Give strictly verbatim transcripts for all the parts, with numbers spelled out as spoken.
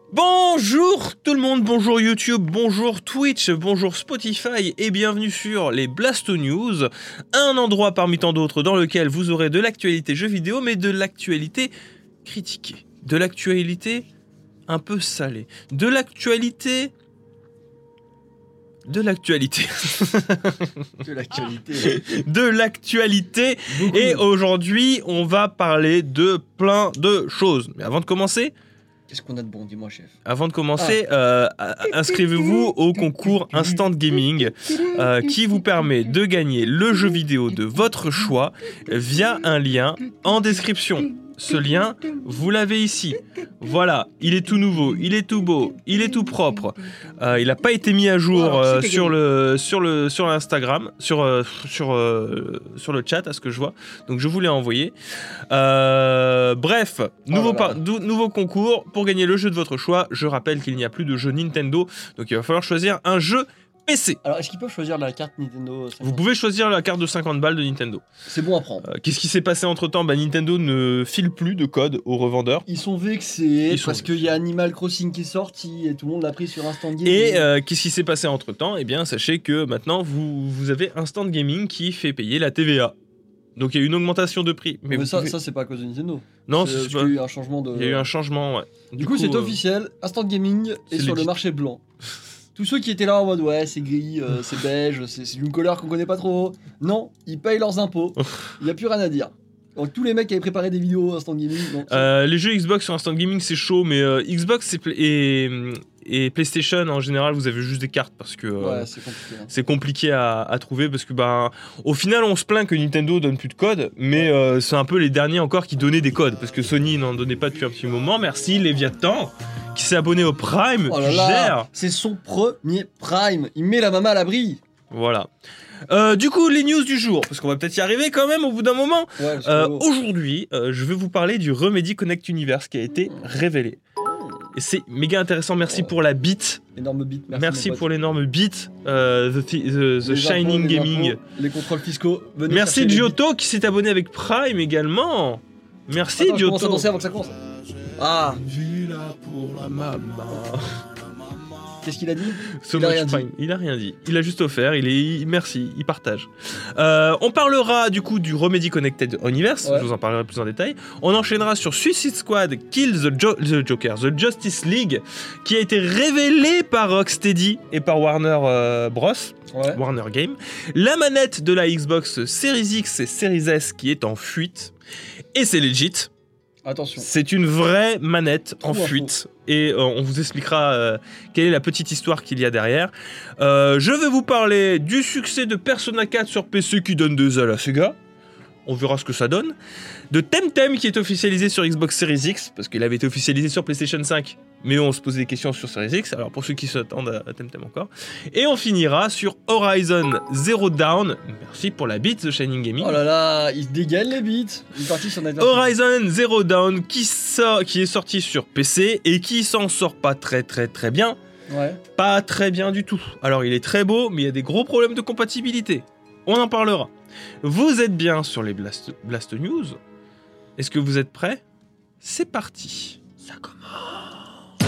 Bonjour tout le monde, bonjour YouTube, bonjour Twitch, bonjour Spotify et bienvenue sur les Blasto News, un endroit parmi tant d'autres dans lequel vous aurez de l'actualité jeux vidéo, mais de l'actualité critiquée, de l'actualité un peu salée, de l'actualité... De l'actualité. De l'actualité. De l'actualité. Et aujourd'hui, on va parler de plein de choses. Mais avant de commencer... Qu'est-ce qu'on a de bon, dis-moi, chef. Avant de commencer, ah. euh, inscrivez-vous au concours Instant Gaming euh, qui vous permet de gagner le jeu vidéo de votre choix via un lien en description. Ce lien, vous l'avez ici. Voilà, il est tout nouveau, il est tout beau, il est tout propre. Euh, il n'a pas été mis à jour euh, sur le sur le sur l'Instagram, sur euh, sur euh, sur le chat à ce que je vois. Donc je vous l'ai envoyé. Euh, bref, nouveau, oh par, dou, nouveau concours pour gagner le jeu de votre choix. Je rappelle qu'il n'y a plus de jeu Nintendo, donc il va falloir choisir un jeu P C. Alors, est-ce qu'ils peuvent choisir la carte Nintendo cinquante Vous pouvez choisir la carte de cinquante balles de Nintendo. C'est bon à prendre. Euh, Qu'est-ce qui s'est passé entre-temps ? Bah, Nintendo ne file plus de code aux revendeurs. Ils sont vexés Ils parce qu'il y a Animal Crossing qui est sorti et tout le monde l'a pris sur Instant Gaming. Et euh, qu'est-ce qui s'est passé entre-temps ? Eh bien, sachez que maintenant, vous, vous avez Instant Gaming qui fait payer la T V A. Donc, il y a eu une augmentation de prix. Mais, mais ça, pouvez... ça c'est pas à cause de Nintendo. Non, c'est, c'est pas... Il y a eu un changement de... Il y a eu un changement, ouais. Du, du coup, coup, c'est euh... officiel. Instant Gaming est sur legit. Le marché blanc. Tous ceux qui étaient là en mode ouais c'est gris, euh, c'est beige, c'est, c'est d'une couleur qu'on connaît pas trop. Non, ils payent leurs impôts. Il y a plus rien à dire. Donc tous les mecs qui avaient préparé des vidéos Instant Gaming. Non, euh, les jeux Xbox sur Instant Gaming c'est chaud, mais euh, Xbox et, et PlayStation en général vous avez juste des cartes parce que euh, ouais, c'est compliqué, hein. c'est compliqué à, à trouver parce que bah au final on se plaint que Nintendo donne plus de codes, mais euh, c'est un peu les derniers encore qui donnaient des codes parce que Sony n'en donnait pas depuis un petit moment. Merci Léviathan qui s'est abonné au Prime. Oh là là, c'est son premier Prime. Il met la maman à l'abri. Voilà. Euh, du coup, les news du jour, parce qu'on va peut-être y arriver quand même au bout d'un moment. Ouais, euh, aujourd'hui, euh, je vais vous parler du Remedy Connect Universe qui a été révélé. Et c'est méga intéressant. Merci oh. pour la bit. Énorme bit. Merci, merci pour l'énorme bit. Euh, the the, the, the Shining impôts, Gaming. Les, impôts, les contrôles fiscaux. Venez merci Giotto qui s'est abonné avec Prime également. Merci Attends, Giotto. Je commence à danser avant que ça commence. Ah. Villa pour la maman. Qu'est-ce qu'il a dit ? So il, a rien dit. il a rien dit. Il a juste offert. Il est il, merci. Il partage. Euh, on parlera du coup du Remedy Connected Universe. Ouais. Je vous en parlerai plus en détail. On enchaînera sur Suicide Squad Kill the, jo- the Joker, The Justice League, qui a été révélé par Rocksteady et par Warner euh, Bros. Ouais. Warner Game. La manette de la Xbox Series X et Series S qui est en fuite. Et c'est legit. Attention. C'est une vraie manette Trop en fuite et euh, on vous expliquera euh, quelle est la petite histoire qu'il y a derrière. Euh, je vais vous parler du succès de Persona quatre sur P C qui donne des ailes à Sega. On verra ce que ça donne. De Temtem qui est officialisé sur Xbox Series X, parce qu'il avait été officialisé sur PlayStation cinq, mais on se posait des questions sur Series X, alors pour ceux qui s'attendent à Temtem encore. Et on finira sur Horizon Zero Dawn. Merci pour la bite, The Shining Gaming. Oh là là, il se dégaine les bits. Il est parti sur Netflix. Horizon Zero Dawn qui, sort, qui est sorti sur P C et qui s'en sort pas très très très bien. Ouais. Pas très bien du tout. Alors il est très beau, mais il y a des gros problèmes de compatibilité. On en parlera. Vous êtes bien sur les Blast, Blast News. Est-ce que vous êtes prêts ? C'est parti. Ça commence.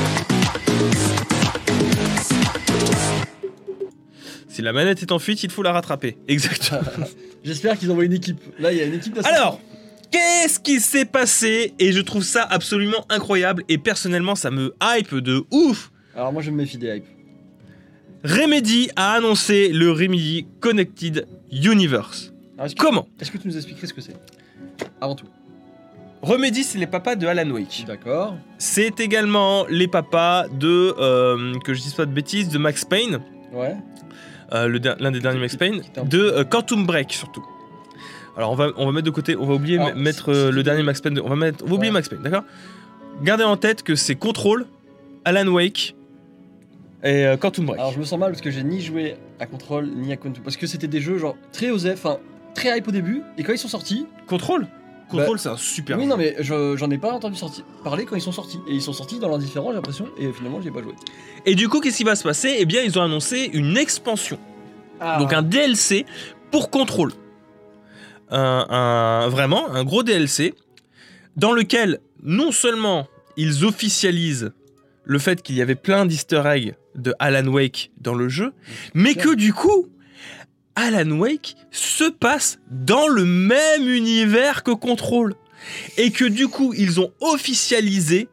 Si la manette est en fuite, il faut la rattraper. Exactement. J'espère qu'ils envoient une équipe. Là, il y a une équipe d'assistants. Alors, qu'est-ce qui s'est passé ? Et je trouve ça absolument incroyable. Et personnellement, ça me hype de ouf. Alors moi, je me méfie des hypes. Remedy a annoncé le Remedy Connected Universe. Alors, est-ce que, Comment ? Est-ce que tu nous expliquerais ce que c'est ? Avant tout. Remedy, c'est les papas de Alan Wake. D'accord. C'est également les papas de, euh, que je dise pas de bêtises, de Max Payne. Ouais. Euh, le, l'un des derniers Max Payne. De euh, Quantum Break, surtout. Alors, on va, on va mettre de côté, on va oublier Alors, mettre c'est, c'est euh, le dernier Max Payne. De, on va, mettre, on va oublier ouais. Max Payne, d'accord ? Gardez en tête que c'est Control, Alan Wake et euh, Quantum Break. Alors, je me sens mal parce que j'ai ni joué à Control ni à Quantum. Parce que c'était des jeux genre très osés, enfin très hype au début, et quand ils sont sortis. Control Control, bah, c'est un super oui, jeu. non, mais je, j'en ai pas entendu sorti, parler quand ils sont sortis. Et ils sont sortis dans l'un différent, j'ai l'impression, et finalement, j'y ai pas joué. Et du coup, qu'est-ce qui va se passer ? Eh bien, ils ont annoncé une expansion. Ah. Donc, un D L C pour Control. Un, un, vraiment, un gros D L C dans lequel, non seulement ils officialisent le fait qu'il y avait plein d'easter eggs de Alan Wake dans le jeu, mais que du coup, Alan Wake se passe dans le même univers que Control. Et que du coup, ils ont officialisé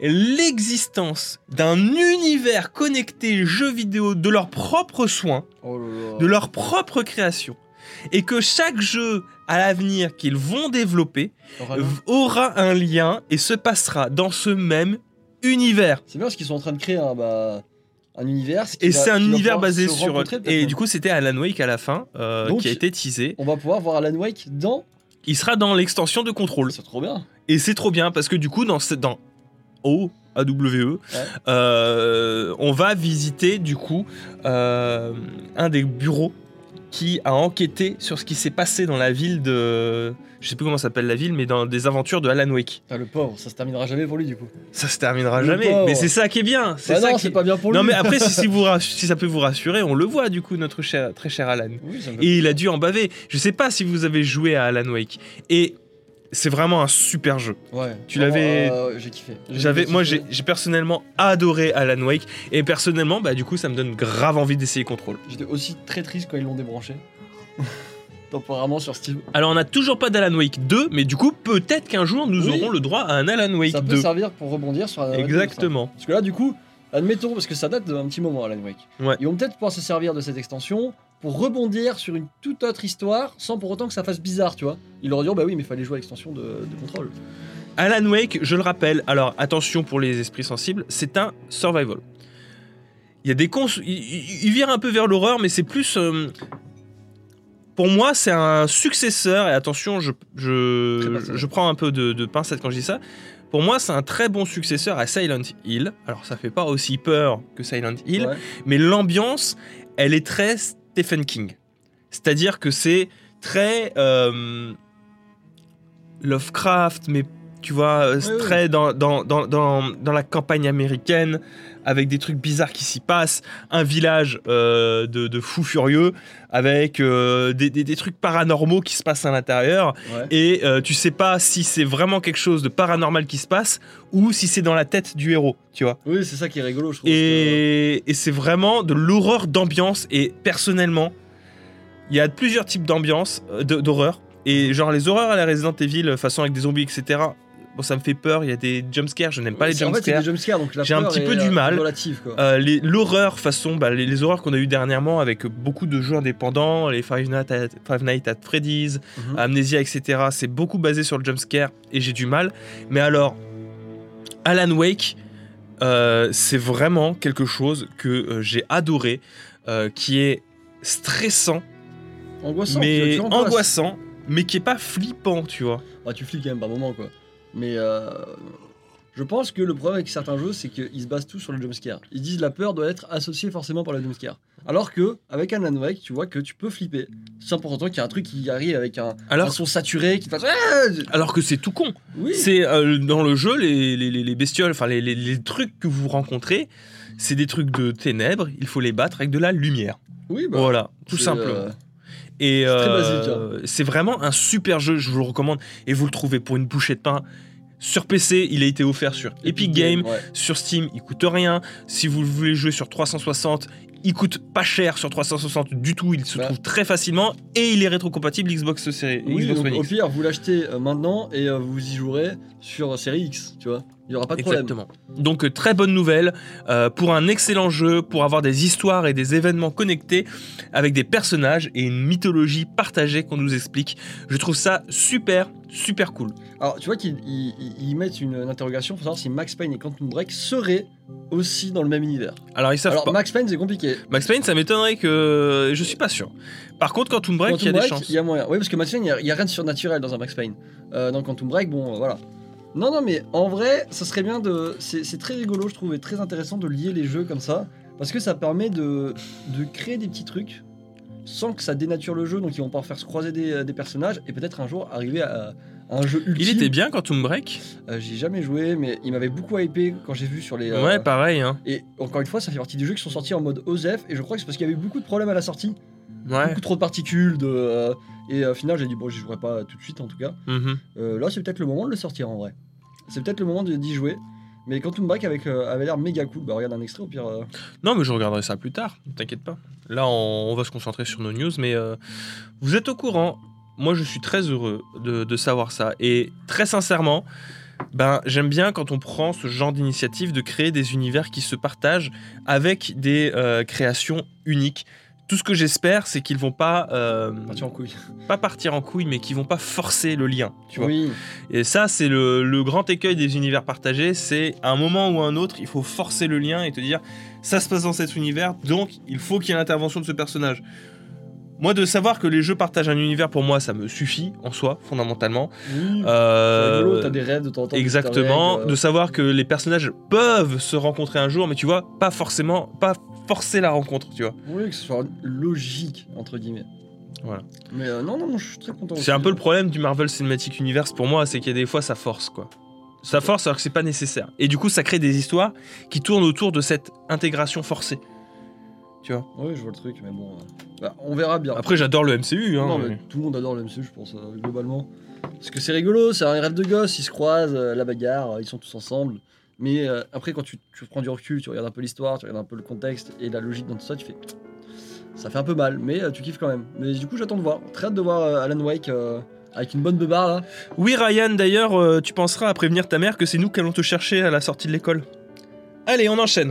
l'existence d'un univers connecté jeux vidéo de leur propre soin, Oh là là. de leur propre création. Et que chaque jeu à l'avenir qu'ils vont développer Vraiment. v- aura un lien et se passera dans ce même univers. C'est bien parce qu'ils sont en train de créer un, bah, un univers. ce qui Et va- c'est un qui va univers pouvoir basé se sur... rencontrer, peut-être Et même. du coup, c'était Alan Wake à la fin, euh, Donc, qui a été teasé. On va pouvoir voir Alan Wake dans. Il sera dans l'extension de Control. C'est trop bien. Et c'est trop bien, parce que du coup, dans, ce- dans O, A W E, Ouais. euh, on va visiter, du coup, euh, un des bureaux qui a enquêté sur ce qui s'est passé dans la ville de... Je sais plus comment s'appelle la ville, mais dans des aventures de Alan Wake. Ah, le pauvre, ça se terminera jamais pour lui du coup. Ça se terminera Le jamais, pauvre. mais c'est ça qui est bien. C'est Bah ça non, qui... c'est pas bien pour lui. Non mais après, si, si, vous, rass- si ça peut vous rassurer, on le voit du coup, notre cher, très cher Alan. Oui, ça me fait Et il a dû en baver. Je sais pas si vous avez joué à Alan Wake. Et c'est vraiment un super jeu. Ouais. Tu Vraiment, l'avais- euh, j'ai kiffé. J'ai J'avais, kiffé. moi, j'ai j'ai personnellement adoré Alan Wake. Et personnellement, bah du coup, ça me donne grave envie d'essayer Control. J'étais aussi très triste quand ils l'ont débranché. Temporairement sur Steam. Alors, on n'a toujours pas d'Alan Wake deux, mais du coup, peut-être qu'un jour, nous Oui. aurons le droit à un Alan Wake Ça peut deux. servir pour rebondir sur un. Exactement. Parce que là, du coup, admettons, parce que ça date d'un petit moment, Alan Wake. Ouais. Ils vont peut-être pouvoir se servir de cette extension pour rebondir sur une toute autre histoire sans pour autant que ça fasse bizarre, tu vois. Ils leur diront, bah oui, mais il fallait jouer à l'extension de, de Control. Alan Wake, je le rappelle, alors attention pour les esprits sensibles, c'est un survival. Il y a des cons, il, il- il vire un peu vers l'horreur, mais c'est plus... euh, pour moi, c'est un successeur, et attention, je, Très je, personnel. je prends un peu de, de pincettes quand je dis ça. Pour moi, c'est un très bon successeur à Silent Hill. Alors, ça fait pas aussi peur que Silent Hill, Ouais. mais l'ambiance, elle est très Stephen King. C'est-à-dire que c'est très euh, Lovecraft, mais tu vois, euh, c'est Ouais, ouais. très dans, dans, dans, dans, dans la campagne américaine, avec des trucs bizarres qui s'y passent, un village euh, de, de fous furieux, avec euh, des, des, des trucs paranormaux qui se passent à l'intérieur, Ouais. et euh, tu sais pas si c'est vraiment quelque chose de paranormal qui se passe, ou si c'est dans la tête du héros, tu vois. Oui, c'est ça qui est rigolo, je trouve. parce Et, et c'est vraiment de l'horreur d'ambiance. Et personnellement, il y a plusieurs types d'ambiance, euh, de- d'horreur. Et genre les horreurs à la Resident Evil, façon avec des zombies, et cetera. Bon, ça me fait peur. Il y a des jumpscares. Je n'aime que- pas les c'est- En fait, c'est jumpscares. des jumpscares, donc la J'ai un peur petit peu est, du euh, mal. relative, quoi. Euh, les- L'horreur façon, bah, les, les horreurs qu'on a eu dernièrement avec beaucoup de jeux indépendants, les Five Nights at, Five Nights at Freddy's, Mhm. Amnesia, et cetera. C'est beaucoup basé sur le jumpscare et j'ai du mal. Mais alors, Alan Wake, euh, c'est vraiment quelque chose que euh, j'ai adoré, euh, qui est stressant, Angoissant, mais tu- tu angoisses. angoissant, mais qui est pas flippant, tu vois. Bah, tu flippes quand même par moment, quoi. Mais euh, je pense que le problème avec certains jeux, c'est qu'ils se basent tous sur le jumpscare. Ils disent la peur doit être associée forcément par le jumpscare. Alors que, avec un Alan Wake, tu vois que tu peux flipper. Sans pour autant qu'il y a un truc qui arrive avec un, un Alors, son saturé qui te fasse. Ah alors que c'est tout con. Oui, C'est euh, dans le jeu, les, les, les- les bestioles, enfin les, les- les trucs que vous rencontrez, c'est des trucs de ténèbres. Il faut les battre avec de la lumière. oui bah, Voilà, tout c'est, simplement. euh, Et c'est très euh, basique, hein. c'est vraiment un super jeu, je vous le recommande. Et vous le trouvez pour une bouchée de pain. Sur P C, il a été offert sur Epic Games. ouais. Sur Steam, il coûte rien. Si vous voulez jouer sur trois cent soixante, il coûte pas cher sur trois cent soixante du tout. Il se Bah. trouve très facilement et il est rétrocompatible Xbox Series, Oui, Xbox donc, One au X. pire, vous l'achetez euh, maintenant et euh, vous y jouerez sur série X, tu vois. Il y aura pas de problème. Exactement. Donc euh, très bonne nouvelle euh, pour un excellent jeu, pour avoir des histoires et des événements connectés avec des personnages et une mythologie partagée qu'on nous explique. Je trouve ça super, super cool. Alors, tu vois qu'ils ils- ils- ils mettent une, une interrogation pour savoir si Max Payne et Quantum Break seraient aussi dans le même univers. Alors ils savent Alors, pas. Max Payne, c'est compliqué. Max Payne, ça m'étonnerait que je suis pas sûr. Par contre, Quantum Break, il y a Quantum des Break, chances. il y a moyen. Oui, parce que Max Payne, il y a- il y a, rien de surnaturel dans un Max Payne. Euh, dans Quantum Break, bon, euh, voilà. Non, non, mais en vrai, ça serait bien de. C'est c'est très rigolo, je trouve, et très intéressant de lier les jeux comme ça, parce que ça permet de, de créer des petits trucs sans que ça dénature le jeu, donc ils vont pouvoir faire se croiser des, des personnages et peut-être un jour arriver à, à un jeu ultime. Il était bien Quantum Break. Euh, J'y ai jamais joué, mais il m'avait beaucoup hypé quand j'ai vu sur les. euh, Ouais, pareil. Hein. Et encore une fois, ça fait partie des jeux qui sont sortis en mode O S E F, et je crois que c'est parce qu'il y avait eu beaucoup de problèmes à la sortie, Ouais. beaucoup trop de particules, de, euh, et au final j'ai dit bon, j'y jouerai pas tout de suite en tout cas. Mhm. Euh, là, c'est peut-être le moment de le sortir en vrai. C'est peut-être le moment de- d'y jouer. Mais Quantum Break avec, euh, avait l'air méga cool. Bah regarde un extrait au pire. Euh... Non, mais je regarderai ça plus tard, t'inquiète pas. Là, on, on va se concentrer sur nos news, mais euh, vous êtes au courant. Moi, je suis très heureux de, de savoir ça. Et très sincèrement, ben, j'aime bien quand on prend ce genre d'initiative de créer des univers qui se partagent avec des euh, créations uniques. Tout ce que j'espère, c'est qu'ils vont pas euh, partir en couille. Pas partir en couille, mais qu'ils vont pas forcer le lien. Tu vois. Oui. Et ça, c'est le, le grand écueil des univers partagés. C'est à un moment ou à un autre, il faut forcer le lien et te dire, ça se passe dans cet univers, donc il faut qu'il y ait l'intervention de ce personnage. Moi, de savoir que les jeux partagent un univers, pour moi, ça me suffit en soi, fondamentalement. Oui. Euh, c'est rigolo, t'as des rêves de temps en temps. Exactement. Règles, euh... De savoir que les personnages peuvent se rencontrer un jour, mais tu vois, pas forcément, pas forcer la rencontre, tu vois. Oui, que ce soit logique, entre guillemets. Voilà. Mais euh, non, non, non, je suis très content. C'est un peu le problème du Marvel Cinematic Universe pour moi, c'est qu'il y a des fois, ça force, quoi. Ça force alors que c'est pas nécessaire. Et du coup, ça crée des histoires qui tournent autour de cette intégration forcée. Tu vois. Oui, je vois le truc, mais bon, euh, bah, on verra bien. Après, j'adore le M C U. Hein, non, mais... mais tout le monde adore le M C U, je pense, euh, globalement. Parce que c'est rigolo, c'est un rêve de gosse, ils se croisent, euh, la bagarre, euh, ils sont tous ensemble. Mais euh, après, quand tu, tu prends du recul, tu regardes un peu l'histoire, tu regardes un peu le contexte et la logique dans tout ça, tu fais... Ça fait un peu mal, mais euh, tu kiffes quand même. Mais du coup, j'attends de voir. Très hâte de voir euh, Alan Wake euh, avec une bonne beubare, là. Oui, Ryan, d'ailleurs, euh, tu penseras à prévenir ta mère que c'est nous qui allons te chercher à la sortie de l'école. Allez, on enchaîne.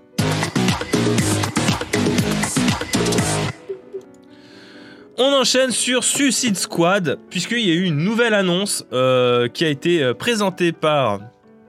On enchaîne sur Suicide Squad, puisqu'il y a eu une nouvelle annonce euh, qui a été euh, présentée par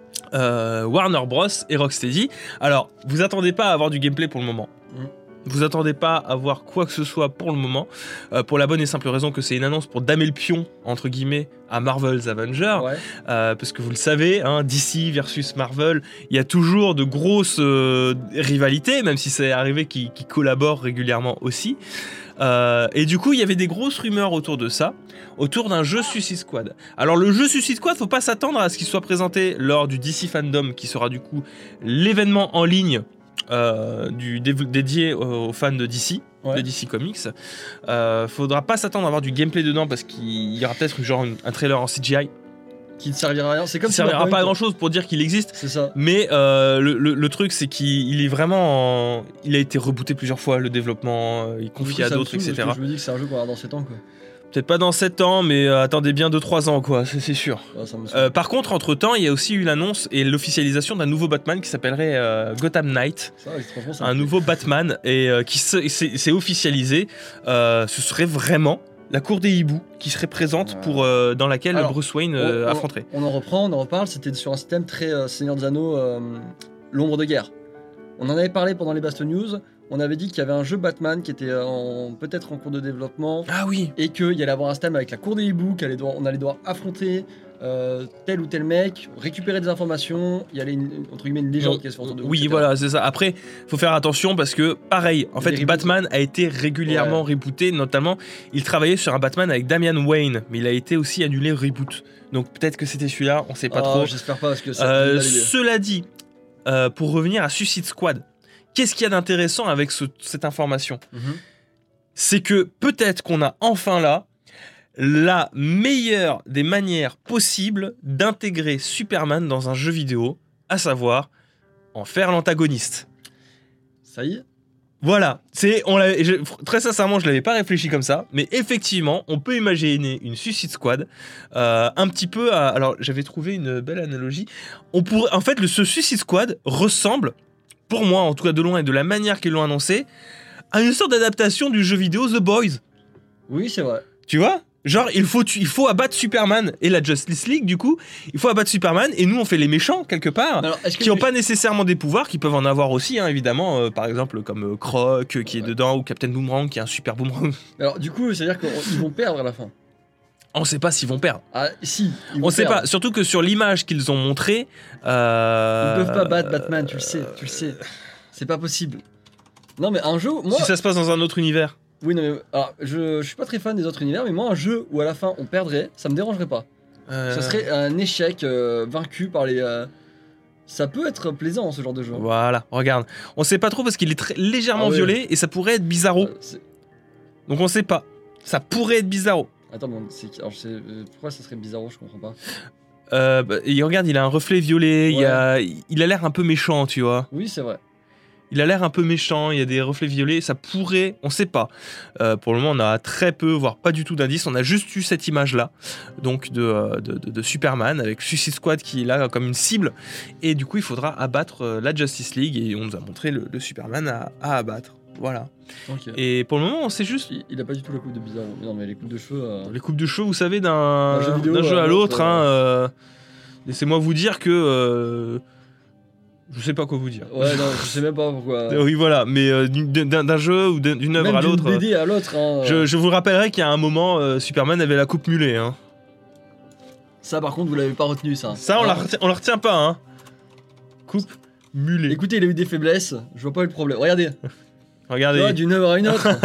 euh, Warner Bros et Rocksteady. Alors, vous attendez pas à avoir du gameplay pour le moment. Mmh. Vous attendez pas à voir quoi que ce soit pour le moment, euh, pour la bonne et simple raison que c'est une annonce pour damer le pion, entre guillemets, à Marvel's Avengers, Ouais. euh, parce que vous le savez, hein, D C versus Marvel, il y a toujours de grosses euh, rivalités, même si c'est arrivé qu'ils qu'ils collaborent régulièrement aussi. Euh, et du coup, il y avait des grosses rumeurs autour de ça, autour d'un jeu Suicide Squad. Alors le jeu Suicide Squad, faut pas s'attendre à ce qu'il soit présenté lors du D C Fandom, qui sera du coup l'événement en ligne euh, du, dé dédié aux fans de D C, ouais. de D C Comics. Euh, faudra pas s'attendre à avoir du gameplay dedans, parce qu'il y aura peut-être genre une, un trailer en C G I. Qui ne servira à rien, c'est comme qui ne servira pas à grand chose pour dire qu'il existe. C'est ça. Mais euh, le, le, le truc, c'est qu'il est vraiment. En... Il a été rebooté plusieurs fois, le développement, il est confié à d'autres, et cetera. Je me dis que c'est un jeu qu'on aura dans sept ans, quoi. Peut-être pas dans sept ans, mais euh, attendez bien deux trois ans, quoi, c'est sûr. Ouais, ça me euh, par contre, entre-temps, il y a aussi eu l'annonce et l'officialisation d'un nouveau Batman qui s'appellerait euh, Gotham Knight. Ça, franchement, ça un nouveau Batman, et euh, qui s'est officialisé. Euh, ce serait vraiment la cour des hiboux qui serait présente ouais. pour, euh, dans laquelle Alors, Bruce Wayne euh, on, affronterait. On en reprend, on en reparle, c'était sur un système très euh, Seigneur des Anneaux, euh, l'ombre de guerre. On en avait parlé pendant les Bast News, on avait dit qu'il y avait un jeu Batman qui était peut-être en cours de développement. Ah oui. Et qu'il y allait avoir un système avec la cour des hiboux, qu'on allait devoir affronter euh, tel ou tel mec, récupérer des informations, il y allait une, entre guillemets une légende qui se fait autour de nous. Oui, voilà, c'est ça. Après, faut faire attention parce que, pareil, en fait, Batman a été régulièrement ouais. rebooté, notamment, il travaillait sur un Batman avec Damian Wayne, mais il a été aussi annulé reboot. Donc peut-être que c'était celui-là, on sait pas oh, trop. J'espère pas parce que ça. Euh, cela dit, euh, pour revenir à Suicide Squad, qu'est-ce qu'il y a d'intéressant avec ce, cette information? mm-hmm. C'est que peut-être qu'on a enfin là la meilleure des manières possibles d'intégrer Superman dans un jeu vidéo, à savoir en faire l'antagoniste. Ça y est. Voilà, c'est, on je, très sincèrement, je l'avais pas réfléchi comme ça, mais effectivement, on peut imaginer une Suicide Squad, euh, un petit peu à, alors j'avais trouvé une belle analogie. On pourrait, en fait, le, ce Suicide Squad ressemble, pour moi, en tout cas de loin et de la manière qu'ils l'ont annoncé, à une sorte d'adaptation du jeu vidéo The Boys. Oui, c'est vrai. Tu vois ? Genre, il faut, il faut abattre Superman et la Justice League, du coup, il faut abattre Superman, et nous, on fait les méchants, quelque part, alors, qui n'ont tu... pas nécessairement des pouvoirs, qui peuvent en avoir aussi, hein, évidemment, euh, par exemple, comme euh, Croc, euh, qui ouais. est dedans, ou Captain Boomerang, qui est un super boomerang. Alors, du coup, c'est-à-dire qu'ils vont perdre à la fin. On sait pas s'ils vont perdre. Ah, si. On sait perdre. pas, surtout que sur l'image qu'ils ont montrée... Euh... Ils peuvent pas battre Batman, tu le sais, tu le sais. C'est pas possible. Non, mais un jeu... Moi... Si ça se passe dans un autre univers. Oui, non, mais alors, je, je suis pas très fan des autres univers, mais moi, un jeu où à la fin on perdrait, ça me dérangerait pas. Euh... Ça serait un échec euh, vaincu par les. Euh... Ça peut être plaisant ce genre de jeu. Voilà, regarde. On sait pas trop parce qu'il est très, légèrement ah, ouais. violet et ça pourrait être bizarro. Euh, Donc on sait pas. Ça pourrait être bizarro. Attends, bon, alors, je sais, pourquoi ça serait bizarro, je comprends pas. Euh, bah, et regarde, il a un reflet violet, il, Ouais. a, il a l'air un peu méchant, tu vois. Oui, c'est vrai. Il a l'air un peu méchant, il y a des reflets violets, ça pourrait, on sait pas. Euh, pour le moment, on a très peu, voire pas du tout d'indices, on a juste eu cette image-là, donc de, euh, de, de- de Superman, avec Suicide Squad qui est là comme une cible, et du coup, il faudra abattre euh, la Justice League, et on nous a montré le, le Superman à, à abattre. Voilà. Ok. Et pour le moment, on sait juste Il, il a pas du tout la coupe de bizarre. Non, mais les coupes de cheveux. euh, les coupes de cheveux, vous savez, d'un D'un jeu vidéo d'un jeu à à l'autre. l'autre, Hein, euh, Laissez-moi vous dire que... euh, je sais pas quoi vous dire. Ouais, non, je sais même pas pourquoi. Oui, voilà, mais euh, d'un d'un jeu ou d'un- d'une œuvre Même à d'une l'autre... B D à l'autre. Hein, Je, euh, je vous rappellerai qu'il y a un moment, euh, Superman avait la coupe mulet. Hein. Ça, par contre, vous l'avez pas retenu, ça. Ça, on, Hein. la retient, on la retient pas. Hein. Coupe mulet. Écoutez, il a eu des faiblesses. Je vois pas le problème. Regardez. Tu Regardez. vois, d'une œuvre à une autre.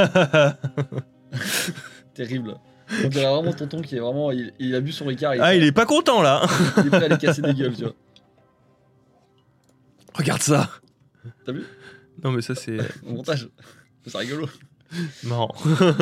Terrible. On dirait vraiment tonton qui est vraiment. Il, il a bu son Ricard. Ah, il est pas content là. il est prêt à aller casser des gueules, tu vois. Regarde ça. T'as vu Non, mais ça, c'est au montage? C'est rigolo. marrant.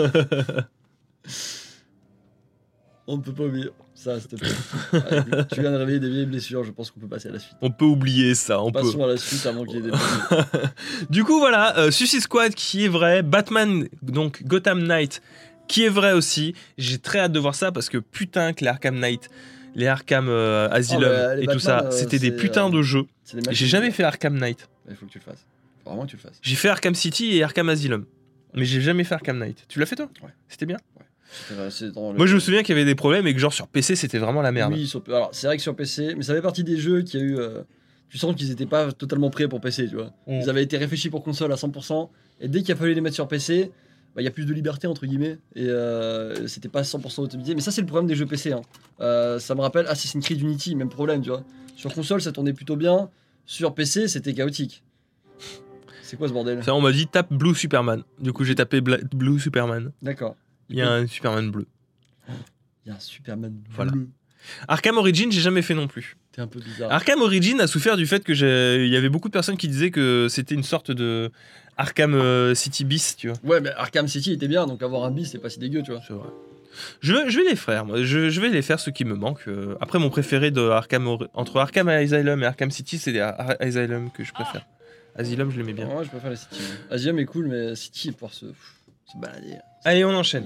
On ne peut pas oublier ça, s'il te plaît. Allez, tu viens de réveiller des vieilles blessures, je pense qu'on peut passer à la suite. On peut oublier ça. On peut. Passons à la suite avant qu'il y ait des Du coup, voilà, euh, Suicide Squad qui est vrai, Batman, donc Gotham Knight, qui est vrai aussi. J'ai très hâte de voir ça parce que putain que les Arkham Knight, les Arkham euh, Asylum Ah bah, les et tout Batman, ça, euh, c'était des c'est, putains euh, de jeux. C'est des machines. J'ai jamais fait Arkham Knight. Il faut que tu le fasses. Faut vraiment que tu le fasses. J'ai fait Arkham City et Arkham Asylum. Mais j'ai jamais fait Arkham Knight. Tu l'as fait toi? Ouais. C'était bien? C'était- euh, c'est dans le- Moi je me souviens qu'il y avait des problèmes et que genre sur P C c'était vraiment la merde. Oui, sur- alors c'est vrai que sur P C, mais ça fait partie des jeux qui a eu. euh, Tu sens qu'ils étaient pas totalement prêts pour P C, tu vois. Mm. Ils avaient été réfléchis pour console à cent pour cent, et dès qu'il a fallu les mettre sur P C, bah, il y a plus de liberté entre guillemets, et euh, c'était pas cent pour cent automatisé. Mais ça, c'est le problème des jeux P C. Hein. Euh, ça me rappelle Assassin's Creed Unity, même problème, tu vois. Sur console, ça tournait plutôt bien. Sur P C, c'était chaotique. C'est quoi ce bordel? Ça on m'a dit tape Blue Superman. Du coup j'ai tapé Bla- Blue Superman. D'accord. Il y a un Superman bleu. Il y a un Superman Voilà. bleu. Arkham Origins j'ai jamais fait non plus. T'es un peu bizarre. Arkham Origins a souffert du fait que j'ai- il y avait beaucoup de personnes qui disaient que c'était une sorte de Arkham euh, City bis, tu vois. Ouais, mais Arkham City était bien, donc avoir un bis, c'est pas si dégueu, tu vois. C'est vrai. Je, vais- je vais les faire, moi. Je, je vais les faire ceux qui me manquent. Euh, Après, mon préféré de Arkham, Or- entre Arkham Asylum et Arkham City, c'est les Ar- Asylum que je préfère. Asylum, je l'aimais bien. Moi, je préfère la City. ouais. Asylum est cool, mais City, pour se, se balader. Allez, on enchaîne.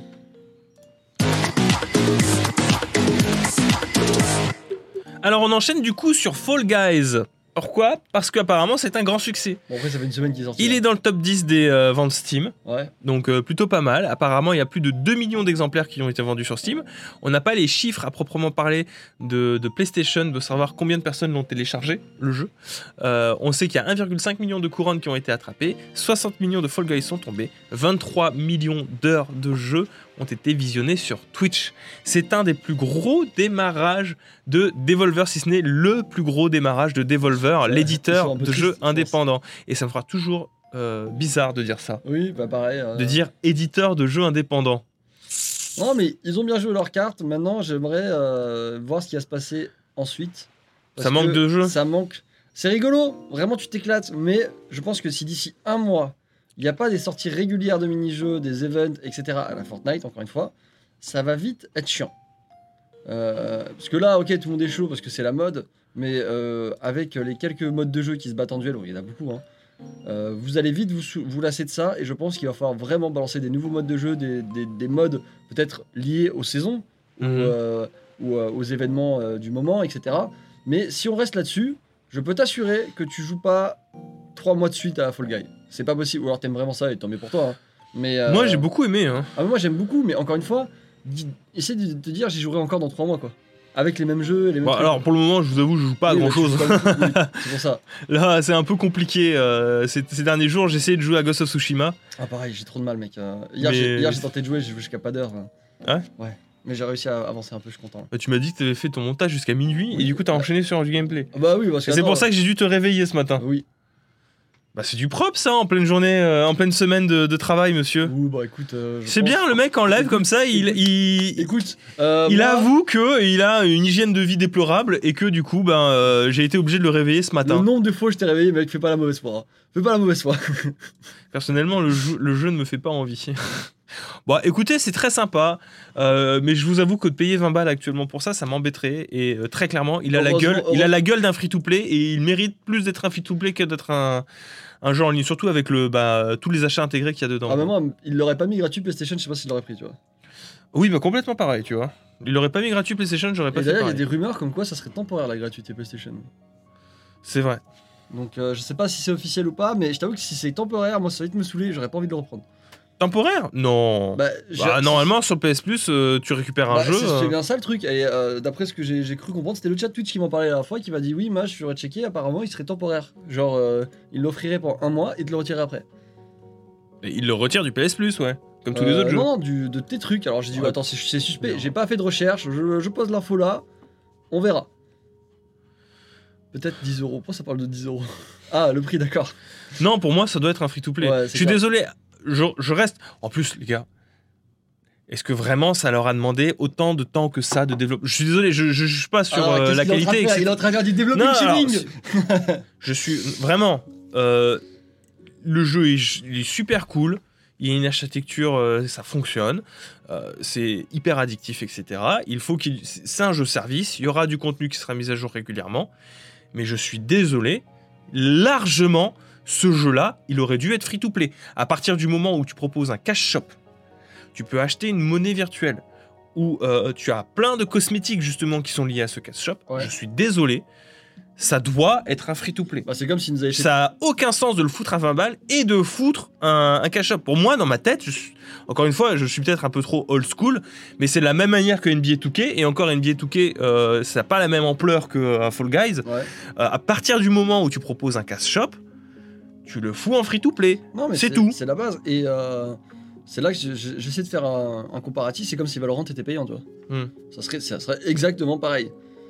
Alors, on enchaîne du coup sur Fall Guys. Pourquoi? Parce qu'apparemment, c'est un grand succès. Bon, après, ça fait une semaine qu'il est sorti. Il là. est dans le top dix des euh, ventes Steam. Ouais. Donc euh, plutôt pas mal. Apparemment, il y a plus de deux millions d'exemplaires qui ont été vendus sur Steam. On n'a pas les chiffres à proprement parler de, de PlayStation, de savoir combien de personnes l'ont téléchargé, le jeu. Euh, on sait qu'il y a un virgule cinq million de couronnes qui ont été attrapées, soixante millions de Fall Guys sont tombés, vingt-trois millions d'heures de jeu ont été visionnées sur Twitch. C'est un des plus gros démarrages de Devolver, si ce n'est le plus gros démarrage de Devolver, Ouais, ils l'éditeur sont un peu de tristes, jeux je pense. indépendants. Et ça me fera toujours euh, bizarre de dire ça. Oui, bah pareil. euh, De dire éditeur de jeux indépendants. Non, mais ils ont bien joué leurs cartes. Maintenant, j'aimerais euh, voir ce qui va se passer ensuite. Parce Ça manque que de jeux. Ça manque. C'est rigolo, vraiment, tu t'éclates. Mais je pense que si d'ici un mois, il n'y a pas des sorties régulières de mini-jeux, des events, et cetera à la Fortnite, encore une fois, ça va vite être chiant. Euh, parce que là, ok, tout le monde est chaud parce que c'est la mode, mais euh, avec les quelques modes de jeu qui se battent en duel, bon, il y en a beaucoup, hein, euh, vous allez vite vous, sou- vous lasser de ça, et je pense qu'il va falloir vraiment balancer des nouveaux modes de jeu, des, des- des modes peut-être liés aux saisons, ou, Mhm. euh, ou, euh, aux événements euh, du moment, et cetera. Mais si on reste là-dessus, je peux t'assurer que tu joues pas trois mois de suite à Fall Guy. C'est pas possible, ou alors t'aimes vraiment ça, et tant mieux pour toi. hein. Mais, euh, Moi j'ai beaucoup aimé. Hein. ah, mais moi j'aime beaucoup, mais encore une fois, dis- essaie de te dire j'y jouerai encore dans trois mois, quoi. Avec les mêmes jeux, les mêmes Bon, trucs. alors pour le moment, je vous avoue, je joue pas à Oui, grand mais tu chose. joues pas beaucoup, oui, c'est pour ça. Là, c'est un peu compliqué. euh, ces, ces derniers jours, j'ai essayé de jouer à Ghost of Tsushima. Ah pareil, j'ai trop de mal, mec. Euh, hier, Mais- j'ai, hier, j'ai tenté de jouer, j'ai joué jusqu'à pas d'heure. hein. Ouais Ouais. Mais j'ai réussi à avancer un peu, je suis content. Bah, tu m'as dit que tu avais fait ton montage jusqu'à minuit Oui. et du coup, t'as enchaîné sur du gameplay. Ah bah oui, parce que Et c'est attends, pour ça que j'ai dû te réveiller ce matin. Oui. Bah, c'est du propre ça, en pleine journée, euh, en pleine semaine de, de travail, monsieur. Ouh, bah écoute. euh, je C'est pense- bien, le mec en live comme ça, il, il, Écoute, euh, il moi, avoue qu'il a une hygiène de vie déplorable et que du coup, ben, euh, j'ai été obligé de le réveiller ce le matin. nombre de fois où je t'ai réveillé, mec, fais pas la mauvaise foi. hein. Fais pas la mauvaise foi. Personnellement, le jeu, le jeu ne me fait pas envie. Bon, écoutez, c'est très sympa, euh, mais je vous avoue que de payer vingt balles actuellement pour ça, ça m'embêterait. Et euh, très clairement, il a la gueule, il a la gueule d'un free-to-play et il mérite plus d'être un free-to-play que d'être un, un jeu en ligne, surtout avec le, bah, tous les achats intégrés qu'il y a dedans. Ah, mais moi, il l'aurait pas mis gratuit PlayStation, je sais pas s'il l'aurait pris, tu vois. Oui, bah complètement pareil, tu vois. Il l'aurait pas mis gratuit PlayStation, j'aurais pas et fait d'ailleurs, il y pareil. a des rumeurs comme quoi ça serait temporaire la gratuité PlayStation. C'est vrai. Donc euh, je sais pas si c'est officiel ou pas, mais je t'avoue que si c'est temporaire, moi ça va vite me saouler, j'aurais pas envie de le reprendre. Temporaire? Non. Bah, bah normalement sur P S Plus, euh, tu récupères un bah, jeu. C'est euh... bien ça le truc. Et euh, d'après ce que j'ai cru comprendre, c'était le chat Twitch qui m'en parlait la dernière fois, qui m'a dit oui, moi je suis checké, apparemment il serait temporaire. Genre euh, il l'offrirait pendant un mois et te le retirerait après. Et il le retire du P S Plus, ouais. Comme tous euh, les autres jeux. Non, non, du, de tes trucs. Alors j'ai dit ouais. attends, c'est suspect, j'ai pas fait de recherche, je, je pose l'info là, on verra. Peut-être dix euros. Pourquoi ça parle de dix euros? Ah, le prix, d'accord. Non, pour moi, ça doit être un free-to-play. Ouais, je suis clair. désolé, je, je reste... En plus, les gars, est-ce que vraiment ça leur a demandé autant de temps que ça de développer? Je suis désolé, je ne juge pas sur ah, euh, la qualité. Il est en train de faire du développing chilling. Je suis... Vraiment... Euh, le jeu est, il est super cool. Il y a une architecture, euh, ça fonctionne. Euh, c'est hyper addictif, et cetera. Il faut qu'il... C'est un jeu service. Il y aura du contenu qui sera mis à jour régulièrement. Mais je suis désolé, largement, ce jeu-là, il aurait dû être free-to-play. À partir du moment où tu proposes un cash shop, tu peux acheter une monnaie virtuelle, où euh, tu as plein de cosmétiques justement qui sont liés à ce cash shop. Ouais. Je suis désolé, ça doit être un free-to-play. Bah, c'est comme si nous avaient... Ça a aucun sens de le foutre à vingt balles et de foutre un, un cash shop. Pour moi, dans ma tête, je suis... encore une fois, je suis peut-être un peu trop old school, mais c'est de la même manière que N B A deux K, et encore N B A deux K, euh, ça n'a pas la même ampleur que euh, Fall Guys. Ouais. Euh, à partir du moment où tu proposes un cash shop, tu le fous en free-to-play. C'est tout. C'est la base. Et euh, c'est là que j'essaie de faire un, un comparatif. C'est comme si Valorant était payant, tu vois. Mm. Ça, serait, ça serait exactement pareil.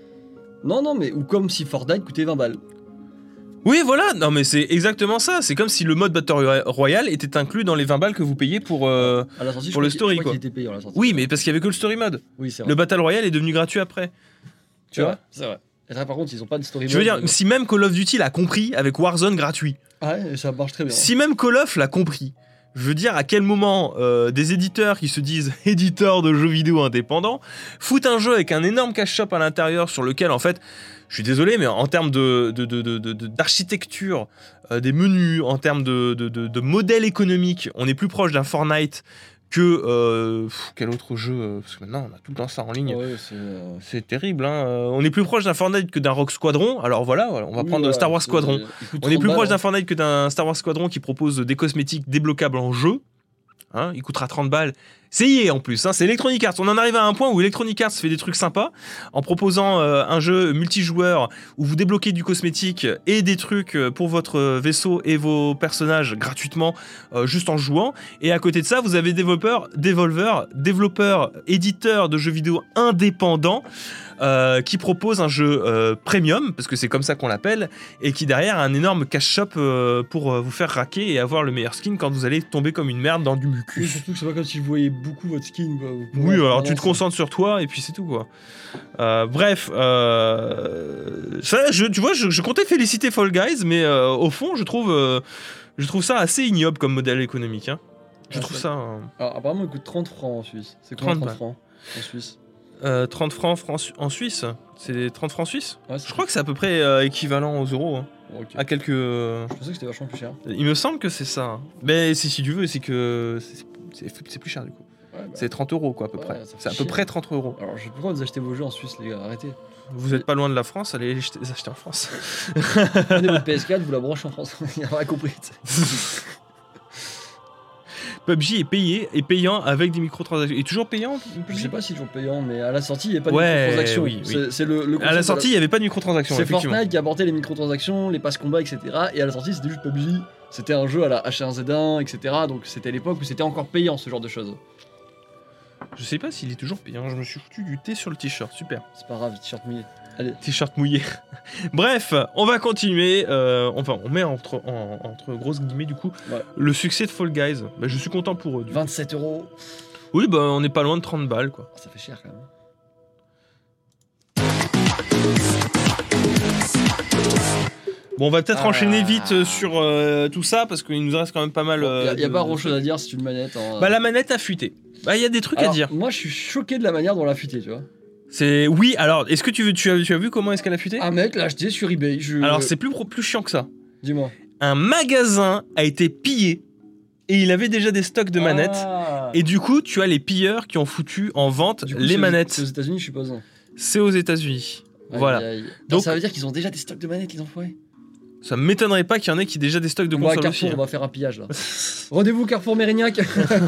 Non, non, mais ou comme si Fortnite coûtait vingt balles. Oui, voilà, non mais c'est exactement ça. C'est comme si le mode Battle Royale était inclus dans les vingt balles que vous payez pour, euh, à la sortie, pour le story. Quoi. Était payant, à la sortie, oui, mais parce qu'il y avait que le story mode. Oui, c'est vrai. Le Battle Royale est devenu gratuit après. Tu vois, c'est vrai. Et là, par contre, ils ont pas de story mode. Je veux dire, si même Call of Duty l'a compris avec Warzone gratuit. Ouais, et ça marche très bien. Si même Call of l'a compris. Je veux dire, à quel moment euh, des éditeurs qui se disent éditeurs de jeux vidéo indépendants foutent un jeu avec un énorme cash shop à l'intérieur sur lequel, en fait, je suis désolé, mais en termes de, de, de, de, de, d'architecture, euh, des menus, en termes de, de, de, de modèle économique, on est plus proche d'un Fortnite que euh, pff, quel autre jeu euh, parce que maintenant on a tout le temps ça en ligne. Ouais, c'est euh... terrible. Hein. Euh, on est plus proche d'un Fortnite que d'un Rock Squadron. Alors voilà, voilà on va oui, prendre ouais, Star Wars Squadron. On est plus proche d'un Fortnite que d'un Star Wars Squadron qui propose des cosmétiques débloquables en jeu. Hein, il coûtera trente balles. C'est I A en plus, hein, c'est Electronic Arts. On en arrive à un point où Electronic Arts fait des trucs sympas en proposant euh, un jeu multijoueur où vous débloquez du cosmétique et des trucs pour votre vaisseau et vos personnages gratuitement euh, juste en jouant. Et à côté de ça, vous avez développeurs, développeurs, développeurs, éditeurs de jeux vidéo indépendants euh, qui proposent un jeu euh, premium, parce que c'est comme ça qu'on l'appelle, et qui derrière a un énorme cash shop euh, pour euh, vous faire raquer et avoir le meilleur skin quand vous allez tomber comme une merde dans du mucus. Oui, surtout que c'est pas comme si vous voyez beaucoup votre skin. Quoi. Oui, alors tu te concentres sur toi et puis c'est tout quoi. Euh, bref, euh, ça, je, tu vois, je, je comptais féliciter Fall Guys, mais euh, au fond, je trouve, euh, je trouve ça assez ignoble comme modèle économique. Hein. Je ah, trouve ça. Euh... Alors apparemment, il coûte trente francs en Suisse. C'est quoi trente francs en Suisse? Euh, trente francs en Suisse, c'est trente francs suisses. Ouais, je crois que c'est à peu près euh, équivalent aux euros. Hein. Okay. À quelques. Je pensais que c'était vachement plus cher. Il me semble que c'est ça. Mais si, si tu veux, c'est que c'est plus cher du coup. Ouais, bah... C'est trente euros quoi à peu ouais, près. C'est à peu près trente euros. Alors je sais pas pourquoi vous achetez vos jeux en Suisse les gars, arrêtez. Vous êtes pas loin de la France, allez les acheter en France. Prenez votre P S quatre, vous la branchez en France. Il a rien compris. P U B G est payé et payant avec des microtransactions. Il est toujours payant P U B G? Je sais pas s'il est toujours payant, mais à la sortie, il n'y a pas de ouais, microtransactions. Oui, oui. C'est le, le à la sortie, il n'y avait pas de microtransactions. C'est Fortnite qui a apporté les microtransactions, les passes combats, et cetera. Et à la sortie, c'était juste P U B G. C'était un jeu à la H un Z un, et cetera. Donc c'était l'époque où c'était encore payant ce genre de choses. Je sais pas s'il est toujours payant. Je me suis foutu du thé sur le t-shirt. Super. C'est pas grave, t-shirt mouillé. Allez. T-shirt mouillé. Bref, on va continuer. Euh, enfin, on met entre, en, entre grosses guillemets du coup ouais. le succès de Fall Guys. Bah, je suis content pour eux. Du vingt-sept euros. Oui, bah on n'est pas loin de trente balles quoi. Ça fait cher quand même. Bon, on va peut-être Ah. enchaîner vite sur euh, tout ça parce qu'il nous reste quand même pas mal. Il Euh, n'y a, de- pas grand chose à dire, c'est une manette. Hein. Bah, la manette a fuité. Bah, il y a des trucs Alors, à dire. moi, je suis choqué de la manière dont elle a fuité, tu vois. C'est oui. Alors, est-ce que tu veux, tu as, tu as vu comment est-ce qu'elle a fuité? Un mec l'a acheté sur eBay. Je... Alors, c'est plus pro- plus chiant que ça. Dis-moi. Un magasin a été pillé et il avait déjà des stocks de manettes. Ah. Et du coup, tu as les pilleurs qui ont foutu en vente Du coup, les c'est aux- manettes. C'est aux États-Unis, je suppose. C'est aux États-Unis. Aïe, Voilà. aïe. Donc, Donc- ça veut dire qu'ils ont déjà des stocks de manettes, les enfoirés. Ça m'étonnerait pas qu'il y en ait qui aient déjà des stocks de Moi, à consoles Carrefour, aussi. on va faire un pillage là. Rendez-vous Carrefour Mérignac.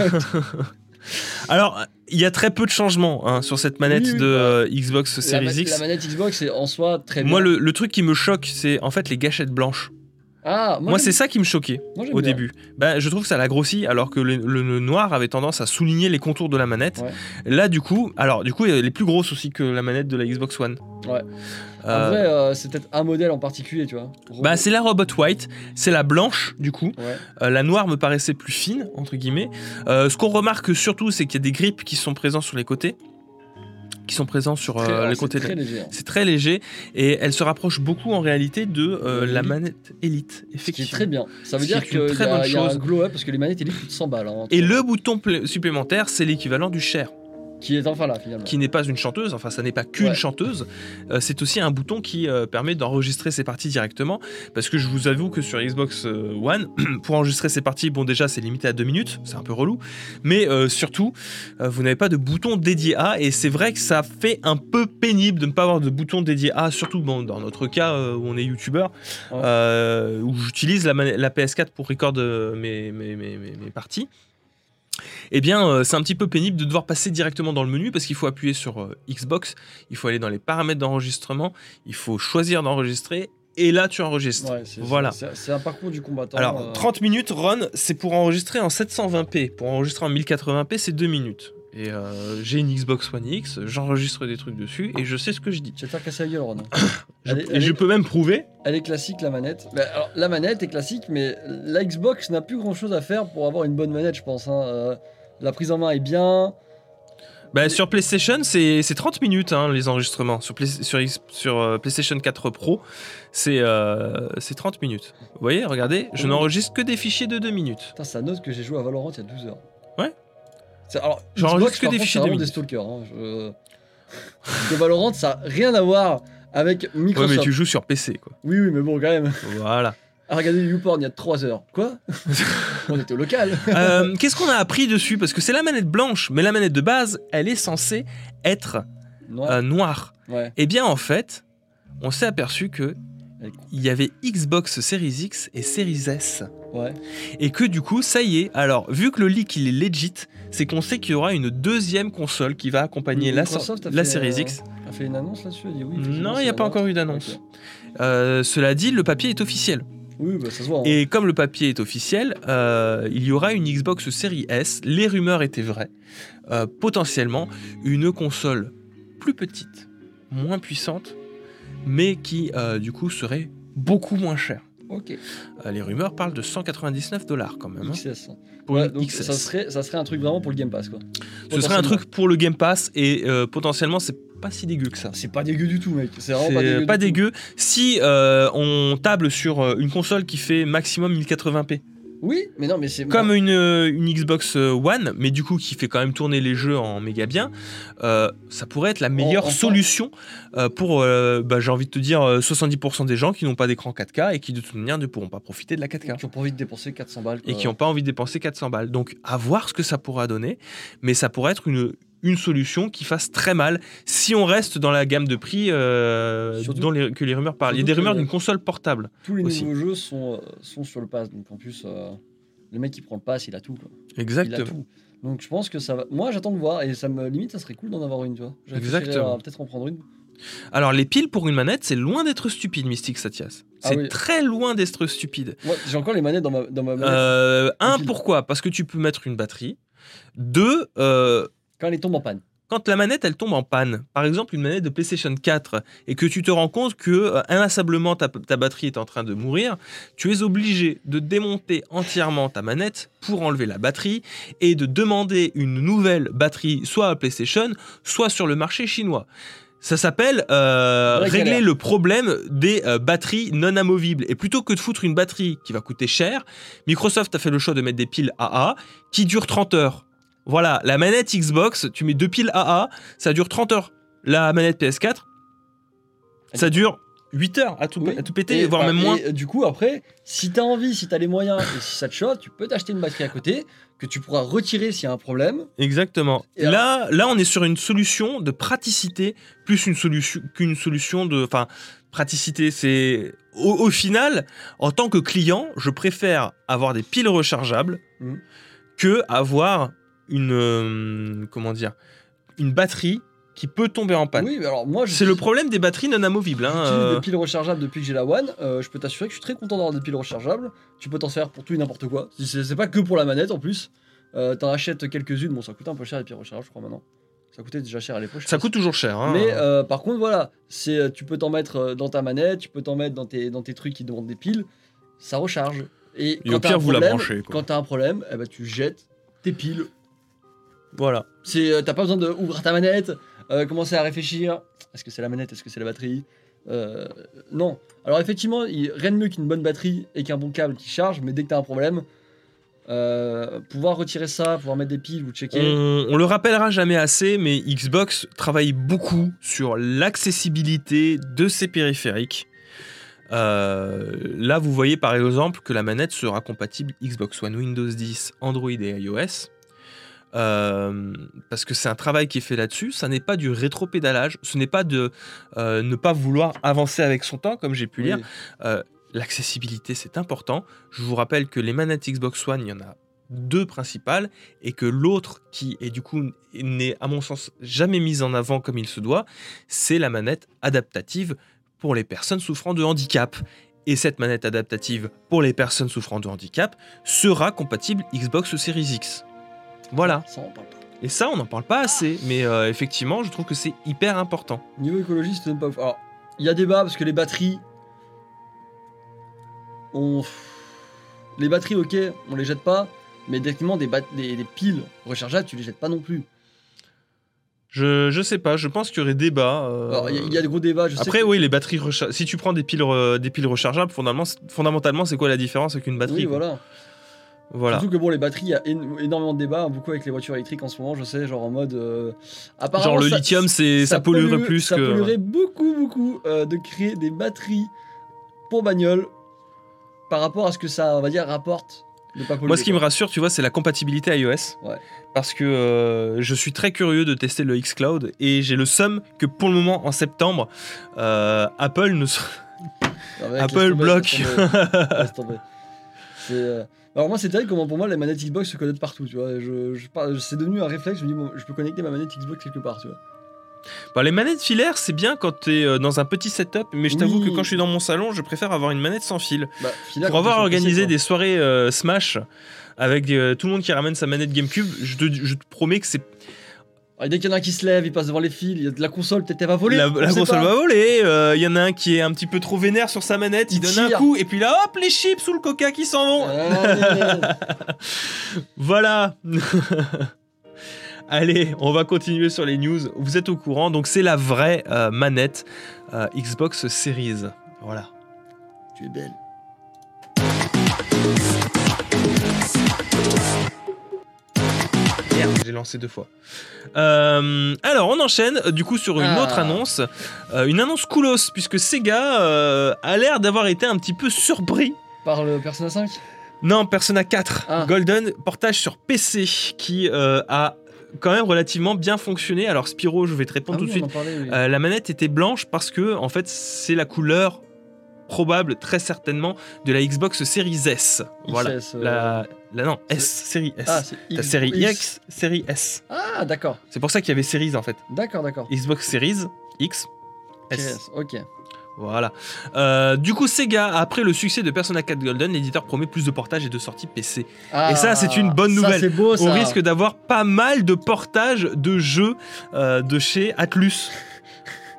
Alors, il y a très peu de changements hein, sur cette manette Oui, oui, de bah, euh, Xbox la, Series ma- X. la manette Xbox est en soi très bien. Moi, le, le truc qui me choque, c'est en fait les gâchettes blanches. Ah, Moi, moi, c'est j'aime- ça qui me choquait moi, j'aime au bien. début. Bah, je trouve que ça l'a grossi, alors que le, le- le noir avait tendance à souligner les contours de la manette. Ouais. Là, du coup, alors du coup, elle est plus grosse aussi que la manette de la Xbox One. Ouais. Euh, En vrai, euh, c'est peut-être un modèle en particulier, tu vois. bah, c'est la Robot White, c'est la blanche du coup. Ouais. Euh, la noire me paraissait plus fine entre guillemets. Euh, ce qu'on remarque surtout, c'est qu'il y a des grips qui sont présents sur les côtés, qui sont présents sur Très- euh, alors, les c'est côtés. de- très léger. hein. C'est très léger et elle se rapproche beaucoup en réalité de euh, De la l'Elite. manette Elite, Ce qui est effectivement. très bien. Ça veut Ce qui dire est une qu'il y, très a- bonne il y a un chose. glow-up parce que les manettes Elite coûtent cent balles. hein, Et entre- le bouton pl- supplémentaire, c'est l'équivalent du share, Qui est enfin là, finalement. qui n'est pas une chanteuse, enfin ça n'est pas qu'une Ouais. chanteuse, euh, c'est aussi un bouton qui euh, permet d'enregistrer ses parties directement, parce que je vous avoue que sur Xbox euh, One, pour enregistrer ses parties, bon déjà c'est limité à deux minutes, c'est un peu relou, mais euh, surtout, euh, vous n'avez pas de bouton dédié à, et c'est vrai que ça fait un peu pénible de ne pas avoir de bouton dédié à, surtout bon, dans notre cas euh, où on est youtubeur, Ouais. euh, où j'utilise la, mani- la P S quatre pour record euh, mes, mes, mes, mes, mes parties. Eh bien, euh, c'est un petit peu pénible de devoir passer directement dans le menu parce qu'il faut appuyer sur euh, Xbox, il faut aller dans les paramètres d'enregistrement, il faut choisir d'enregistrer et là tu enregistres. Ouais, c'est, Voilà. c'est, c'est un parcours du combattant. Alors, euh, trente minutes run, c'est pour enregistrer en sept cent vingt p. Pour enregistrer en mille quatre-vingts p, c'est deux minutes. Et euh, j'ai une Xbox One X, j'enregistre des trucs dessus et je sais ce que je dis. Tu vas te faire casser la gueule, Ron. Je- Elle est- et elle je est- peux même prouver. Elle est classique, la manette. Bah, alors, la manette est classique, mais la Xbox n'a plus grand chose à faire pour avoir une bonne manette, je pense. hein. Euh, la prise en main est bien. Bah, sur PlayStation, c'est c'est trente minutes hein, les enregistrements. Sur, Play- sur, X- sur euh, PlayStation quatre Pro, c'est euh, c'est trente minutes. Vous voyez, regardez, je Oh. n'enregistre que des fichiers de deux minutes. Putain, ça note que j'ai joué à Valorant il y a douze heures. Ouais. C'est- Alors, J'enregistre Xbox, que par des contre, fichiers c'est de vraiment des minutes. stalkers. hein. Je- Parce que Valorant, ça n'a rien à voir avec Ouais, Microsoft. mais tu joues sur P C, quoi. Oui, oui, mais bon, quand même. Voilà. À regarder YouPorn il y a trois heures. Quoi On était au local. Euh, Qu'est-ce qu'on a appris dessus? Parce que c'est la manette blanche, mais la manette de base, elle est censée être Noir. euh, noire. Ouais. Eh bien, en fait, on s'est aperçu que Elle est il y avait Xbox Series X et Series S. Ouais. Et que du coup, ça y est, alors vu que le leak il est legit, c'est qu'on sait qu'il y aura une deuxième console qui va accompagner la, Microsoft a la fait, Series euh, X. a fait une annonce là-dessus. Elle dit oui. Non, effectivement, il c'est n'y a pas la encore note. eu d'annonce. Ok. Euh, cela dit, le papier est officiel. Oui, bah, ça se voit. hein. Et comme le papier est officiel, euh, il y aura une Xbox Series S. Les rumeurs étaient vraies. Euh, potentiellement, une console plus petite, moins puissante, mais qui euh, du coup serait beaucoup moins chère. Ok. Euh, les rumeurs parlent de cent quatre-vingt-dix-neuf dollars quand même. hein, X S. pour Ouais, une donc X S. ça serait, ça serait un truc vraiment pour le Game Pass, quoi. Ce serait un truc pour le Game Pass et euh, potentiellement c'est pas si dégueu que ça. C'est pas dégueu du tout, mec. C'est vraiment C'est pas dégueu. pas du tout. dégueu si euh, on table sur euh, une console qui fait maximum mille quatre-vingts p. Oui, mais non, mais c'est Comme une, euh, une Xbox One, mais du coup qui fait quand même tourner les jeux en méga bien, euh, ça pourrait être la meilleure enfin. solution euh, pour, euh, bah, j'ai envie de te dire, euh, soixante-dix pour cent des gens qui n'ont pas d'écran quatre K et qui de toute manière ne pourront pas profiter de la quatre K. qui ont pas envie de dépenser quatre cents balles. Et quoi. qui n'ont pas envie de dépenser quatre cents balles. Donc à voir ce que ça pourra donner, mais ça pourrait être une, une solution qui fasse très mal si on reste dans la gamme de prix euh, Surtout- dont les- que les rumeurs parlent. Il y a surtout des rumeurs que- d'une console portable. Tous les aussi. nouveaux jeux sont, euh, sont sur le pass, donc en plus, euh, le mec qui prend le pass, il a tout. Quoi. Il a Exactement. tout. Donc je pense que ça va. Moi, j'attends de voir et ça me limite, ça serait cool d'en avoir une, tu vois. Je réfléchirais Exactement. à peut-être en prendre une. Alors les piles pour une manette, c'est loin d'être stupide, Mystic Satias. Ah C'est oui. très loin d'être stupide. Moi, j'ai encore les manettes dans ma, dans ma manette. Euh, un, piles. pourquoi? Parce que tu peux mettre une batterie. Deux, euh, Quand elle tombe en panne. quand la manette elle tombe en panne, par exemple une manette de PlayStation quatre, et que tu te rends compte que euh, inlassablement ta, ta batterie est en train de mourir, tu es obligé de démonter entièrement ta manette pour enlever la batterie et de demander une nouvelle batterie soit à PlayStation, soit sur le marché chinois. Ça s'appelle euh, Vraie régler galère. le problème des euh, batteries non amovibles. Et plutôt que de foutre une batterie qui va coûter cher, Microsoft a fait le choix de mettre des piles A A qui durent trente heures. Voilà, la manette Xbox, tu mets deux piles A A, ça dure trente heures. La manette P S quatre, ça dure huit heures à tout, Oui. à tout péter, Et, voire bah, même moins. et, euh, du coup, après, si t'as envie, si t'as les moyens et si ça te choque, tu peux t'acheter une batterie à côté que tu pourras retirer s'il y a un problème. Exactement. Et Là, là, on est sur une solution de praticité plus une solution qu'une solution de, enfin, praticité. C'est au, au final, en tant que client, je préfère avoir des piles rechargeables Mhm. que avoir une, euh, comment dire, une batterie qui peut tomber en panne. Oui, mais alors moi, je C'est le problème des batteries non amovibles. Hein, J'utilise euh. des piles rechargeables depuis que j'ai la One. Euh, je peux t'assurer que je suis très content d'avoir des piles rechargeables. Tu peux t'en servir pour tout et n'importe quoi. C'est c'est pas que pour la manette en plus. Euh, T'en achètes quelques-unes. Bon, ça coûte un peu cher les piles rechargeables, je crois maintenant. Ça coûtait déjà cher à l'époque. je sais Ça pas coûte toujours cher. Hein. si- Mais euh, par contre, voilà, c'est tu peux t'en mettre euh, dans ta manette, tu peux t'en mettre dans tes, dans tes trucs qui demandent des piles. Ça recharge. Et, Et quand au t'as pire, un vous la problème- branchez, quoi. Quand t'as un problème, eh ben, tu jettes tes piles. Voilà. C'est, euh, t'as pas besoin d'ouvrir ta manette, euh, commencer à réfléchir. Est-ce que c'est la manette, est-ce que c'est la batterie Euh, Non. Alors effectivement, il, rien de mieux qu'une bonne batterie et qu'un bon câble qui charge, mais dès que t'as un problème, euh, pouvoir retirer ça, pouvoir mettre des piles ou checker. On, on le rappellera jamais assez, mais Xbox travaille beaucoup sur l'accessibilité de ses périphériques. Euh, là, vous voyez par exemple que la manette sera compatible Xbox One, Windows dix, Android et iOS. Euh, parce que c'est un travail qui est fait là-dessus, ça n'est pas du rétro-pédalage, ce n'est pas de euh, ne pas vouloir avancer avec son temps, comme j'ai pu Oui. lire. Euh, l'accessibilité, c'est important. Je vous rappelle que les manettes Xbox One, il y en a deux principales, et que l'autre, qui est du coup n'est à mon sens jamais mise en avant comme il se doit, c'est la manette adaptative pour les personnes souffrant de handicap. Et cette manette adaptative pour les personnes souffrant de handicap sera compatible Xbox Series X. Voilà. Ça, on parle pas. Et ça, on n'en parle pas assez, mais euh, effectivement, je trouve que c'est hyper important. Niveau écologiste, c'est même pas ouf. Alors, il y a débat parce que les batteries. On... Les batteries, ok, on les jette pas, mais directement des, bat- des, des piles rechargeables, tu les jettes pas non plus. Je, je sais pas, je pense qu'il y aurait débat. euh, Alors, il y, a- il y a de gros débats. Je sais Après, que- oui, les batteries rechargeables. Si tu prends des piles, re- des piles rechargeables, fondamentalement, c'est- fondamentalement, c'est quoi la différence avec une batterie Oui, quoi. voilà. Voilà. Surtout que bon, les batteries, il y a éno- énormément de débats, beaucoup avec les voitures électriques en ce moment, je sais, genre en mode. euh, apparemment, Genre le ça- lithium, c'est ça, polluerait pollue- plus ça que. polluerait beaucoup, beaucoup euh, de créer des batteries pour bagnole par rapport à ce que ça, on va dire, rapporte de pas polluer. Moi, ce qui me quoi. rassure, tu vois, c'est la compatibilité iOS. Ouais. Parce que euh, je suis très curieux de tester le xCloud et j'ai le seum que pour le moment, en septembre, euh, Apple ne sera. Non, mec, Apple laisse tomber, bloque. laisse tomber, laisse tomber. C'est, euh, Alors moi c'est terrible comment pour moi les manettes Xbox se connectent partout, tu vois. Je, je, par- c'est devenu un réflexe, je me dis bon, je peux connecter ma manette Xbox quelque part, tu vois. Bah, les manettes filaires, c'est bien quand t'es euh, dans un petit setup, mais je t'avoue Oui. que quand je suis dans mon salon, je préfère avoir une manette sans fil. Bah, filaire, Pour quand t'es avoir sur le P C, organisé quoi. des soirées euh, Smash avec euh, tout le monde qui ramène sa manette GameCube, je te, je te promets que c'est Ah, dès qu'il y en a un qui se lève, il passe devant les fils, il y a de la console, peut-être elle va voler. la, on la sait console pas. va voler. euh, Il y en a un qui est un petit peu trop vénère sur sa manette, il, Il donne un tire. coup et puis là, hop, les chips ou le coca qui s'en vont. Allez. Voilà. Allez, on va continuer sur les news. Vous êtes au courant, donc c'est la vraie euh, manette euh, Xbox Series. Voilà. Tu es belle. Merde, j'ai lancé deux fois. Euh, alors, on enchaîne euh, du coup sur une Ah. autre annonce. Euh, une annonce coolos, puisque Sega euh, a l'air d'avoir été un petit peu surpris. Par le Persona cinq. Non, Persona quatre Ah. Golden, portage sur P C, qui euh, a quand même relativement bien fonctionné. Alors, Spyro, je vais te répondre Ah tout oui, de on suite. en parlait, oui. Euh, la manette était blanche parce que, en fait, c'est la couleur probable, très certainement, de la Xbox Series S. Voilà. X S, euh, La, la- non, S, c'est- série S. Ah, c'est Ta X- série X. X, série S. Ah, d'accord. C'est pour ça qu'il y avait Series en fait. D'accord, d'accord. Xbox Series X, S. S, ok. Voilà. Euh, du coup, Sega, après le succès de Persona quatre Golden, l'éditeur promet plus de portages et de sorties P C. Ah, Et ça, c'est une bonne ça, nouvelle. c'est beau, ça. On risque d'avoir pas mal de portages de jeux euh, de chez Atlus.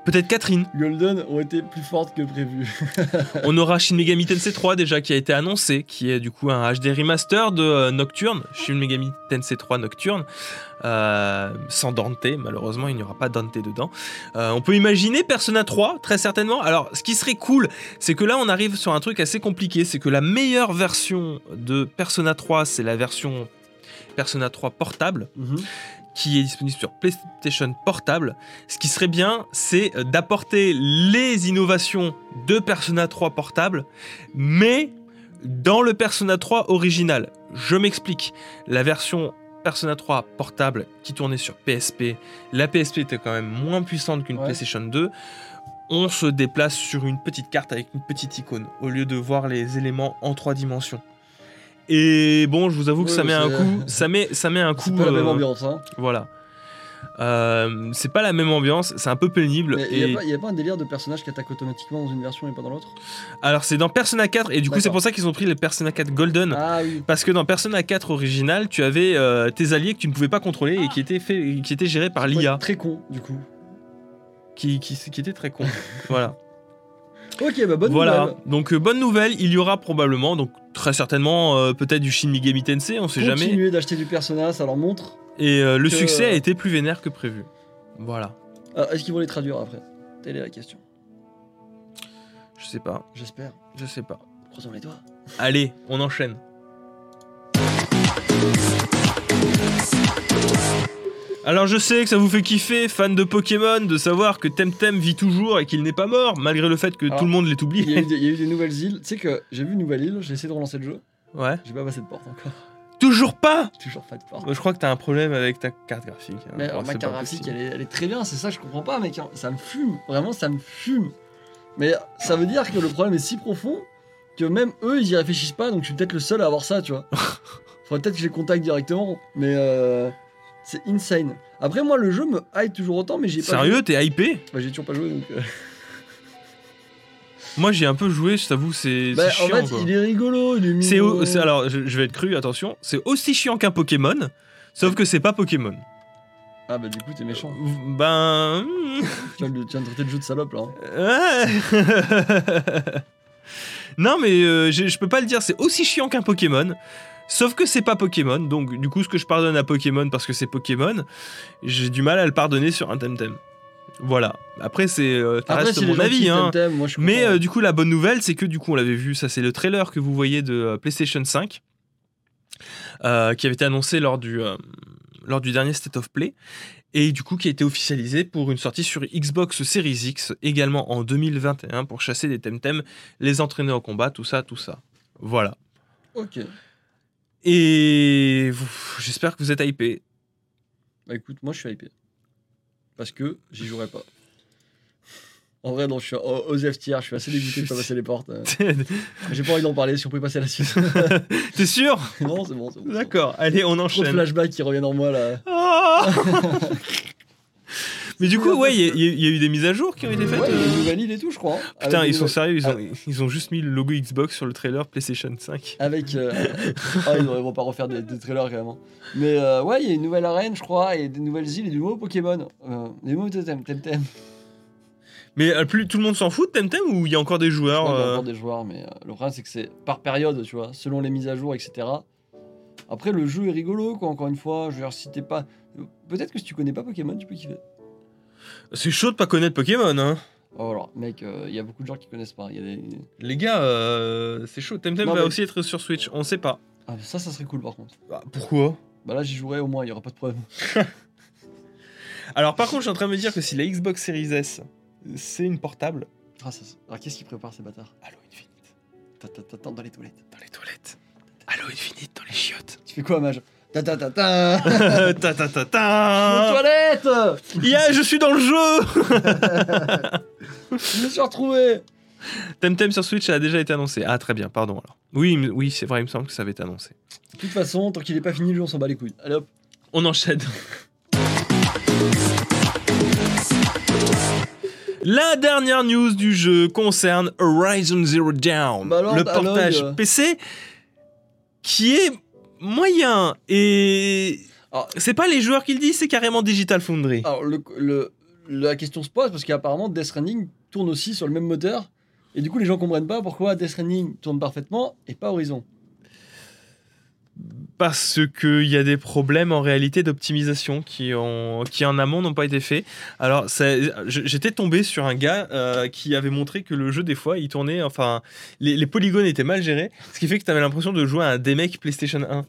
Peut-être Catherine. Golden ont été plus fortes que prévu. On aura Shin Megami Tensei trois déjà qui a été annoncé, qui est du coup un H D remaster de euh, Nocturne, Shin Megami Tensei trois Nocturne, euh, sans Dante, malheureusement il n'y aura pas Dante dedans. Euh, on peut imaginer Persona trois, très certainement. Alors ce qui serait cool, c'est que là on arrive sur un truc assez compliqué, c'est que la meilleure version de Persona trois, c'est la version Persona trois portable, Mhm. qui est disponible sur PlayStation Portable. Ce qui serait bien, c'est d'apporter les innovations de Persona trois Portable, mais dans le Persona trois original. Je m'explique. La version Persona trois Portable qui tournait sur P S P, la P S P était quand même moins puissante qu'une Ouais. PlayStation deux. On se déplace sur une petite carte avec une petite icône, au lieu de voir les éléments en trois dimensions. Et bon, je vous avoue que Ouais, ça met un c'est- coup, ça met, ça met un coup. C'est pas la même euh, ambiance, hein. Voilà. Euh, c'est pas la même ambiance, c'est un peu pénible. Mais il et... n'y a, pas un délire de personnage qui attaque automatiquement dans une version et pas dans l'autre? Alors c'est dans Persona quatre, et du coup c'est D'accord. pour ça qu'ils ont pris le Persona quatre Golden. Ah oui. Parce que dans Persona quatre original, tu avais euh, tes alliés que tu ne pouvais pas contrôler et qui étaient, fait, qui étaient gérés par l'I A, Ouais, très con, du coup. qui, qui, qui était très con. Voilà. Ok, bah bonne voilà. nouvelle. Donc euh, bonne nouvelle, il y aura probablement, donc très certainement euh, peut-être du Shin Megami Tensei, on sait jamais. Continuez d'acheter du Persona, ça leur montre. Et euh, le que- succès a été plus vénère que prévu. Voilà. Ah, est-ce qu'ils vont les traduire après? Telle est la question. Je sais pas, J'espère. je sais pas. Croisons les doigts. Allez, on enchaîne. Alors je sais que ça vous fait kiffer, fan de Pokémon, de savoir que Temtem vit toujours et qu'il n'est pas mort, malgré le fait que Alors, tout le monde l'ait Il y, a oublié. eu des, il y a eu des nouvelles îles. Tu sais que j'ai vu une nouvelle île, j'ai essayé de relancer le jeu. Ouais. J'ai pas passé de porte encore. Toujours pas. Toujours pas de porte. Moi, je crois que t'as un problème avec ta carte graphique. hein. Mais Bon, alors, ma c'est carte pas graphique, possible. elle est, elle est très bien, c'est ça que je comprends pas, mec. hein. Ça me fume. Vraiment, ça me fume. Mais ça veut dire que le problème est si profond que même eux, ils y réfléchissent pas, donc je suis peut-être le seul à avoir ça, tu vois. Faudrait peut-être que je les contacte directement, mais euh, c'est insane. Après, moi, le jeu me hype toujours autant, mais j'ai pas Sérieux, joué. t'es hypé? Bah, j'ai toujours pas joué, donc. euh. Moi j'ai un peu joué, je t'avoue, c'est Bah, c'est en chiant fait, quoi. il est rigolo, il est mignon. C'est au- c'est- alors je, je vais être cru, attention, c'est aussi chiant qu'un Pokémon, sauf que c'est pas Pokémon. Ah, bah, du coup, t'es méchant. Ben. Tu viens, de, tu viens de traiter le jeu de salope, là. hein. Ouais. Non mais euh, je, je peux pas le dire, c'est aussi chiant qu'un Pokémon. Sauf que c'est pas Pokémon, donc du coup ce que je pardonne à Pokémon parce que c'est Pokémon, j'ai du mal à le pardonner sur un Temtem. Voilà. Après c'est euh, ça Après, reste si les mon gens avis, kiffent hein. Temtem, moi, je suis Mais content. euh, du coup la bonne nouvelle c'est que du coup on l'avait vu, ça c'est le trailer que vous voyez de euh, PlayStation cinq, euh, qui avait été annoncé lors du euh, lors du dernier State of Play. Et du coup qui a été officialisé pour une sortie sur Xbox Series X, également en deux mille vingt et un, pour chasser des Temtem, les entraîner au combat, tout ça, tout ça. Voilà. Ok. Et vous- j'espère que vous êtes hypés. Bah écoute, moi je suis hypé. Parce que j'y jouerai pas. En vrai, non, je suis aux aux F tiers, je suis assez dégoûté de pas passer les portes. euh. J'ai pas envie d'en parler, si on pouvait passer à la suite. T'es sûr? non, c'est bon, c'est bon. D'accord, allez, on Trop de enchaîne. flashbacks qui reviennent en moi là. Ah Mais du coup, ouais, il y, a- il y a- il y a eu des mises à jour qui ont été faites. Ouais, il y a euh. une nouvelle île et tout, je crois. hein. Putain, Avec ils des sont nouvelles- sérieux, ils ont, Ah. ils ont juste mis le logo Xbox sur le trailer PlayStation cinq. Avec. euh, Ah, ils vont pas refaire des, des trailers carrément. Mais euh, ouais, il y a une nouvelle arène, je crois, et des nouvelles îles et du nouveau Pokémon. Euh, des nouveaux totems, Temtem. Mais euh, plus, tout le monde s'en fout de Temtem ou il y a encore des Je joueurs crois qu'il y a euh, encore des joueurs, mais euh, le problème c'est que c'est par période, tu vois, selon les mises à jour, et cetera. Après, le jeu est rigolo, quoi, encore une fois. Je veux dire, si t'es pas. Peut-être que si tu connais pas Pokémon, tu peux kiffer. C'est chaud de pas connaître Pokémon, hein. Oh, voilà, mec, il y a beaucoup de gens qui connaissent pas. Y a des... Les gars, euh, c'est chaud. Temtem Non, va mais- aussi être sur Switch, on sait pas. Ah, ça, ça serait cool par contre. Bah, pourquoi? Bah là, j'y jouerais au moins, il y aura pas de problème. Alors par contre, je suis en train de me dire que si la Xbox Series S, c'est une portable... Ah, ça, alors, qu'est-ce qu'ils préparent ces bâtards? Halo Infinite. Attends, attends, attends, dans les toilettes. Dans les toilettes. Halo Infinite dans les chiottes. Tu fais quoi, mage? Ta ta ta ta ta ta ta Aux ta. toilettes. Yeah, je suis dans le jeu. Je me suis retrouvé. Temtem sur Switch a déjà été annoncé. Ah très bien, pardon alors. Oui, il me- oui, c'est vrai, il me semble que ça avait été annoncé. De toute façon, tant qu'il est pas fini, le jeu, on s'en bat les couilles. Allez hop. On enchaîne. La dernière news du jeu concerne Horizon Zero Dawn, Bah alors, le portage Alloy, euh. P C qui est moyen et Alors, c'est pas les joueurs qui le disent, c'est carrément Digital Foundry. alors, le, le, la question se pose parce qu'apparemment Death Stranding tourne aussi sur le même moteur. Et du coup, les gens comprennent pas pourquoi Death Stranding tourne parfaitement et pas Horizon. Parce qu'il y a des problèmes en réalité d'optimisation qui, ont, qui en amont n'ont pas été faits. Alors, ça, j'étais tombé sur un gars euh, qui avait montré que le jeu, des fois, il tournait, enfin, les, les polygones étaient mal gérés, ce qui fait que tu avais l'impression de jouer à un D-Mec PlayStation un.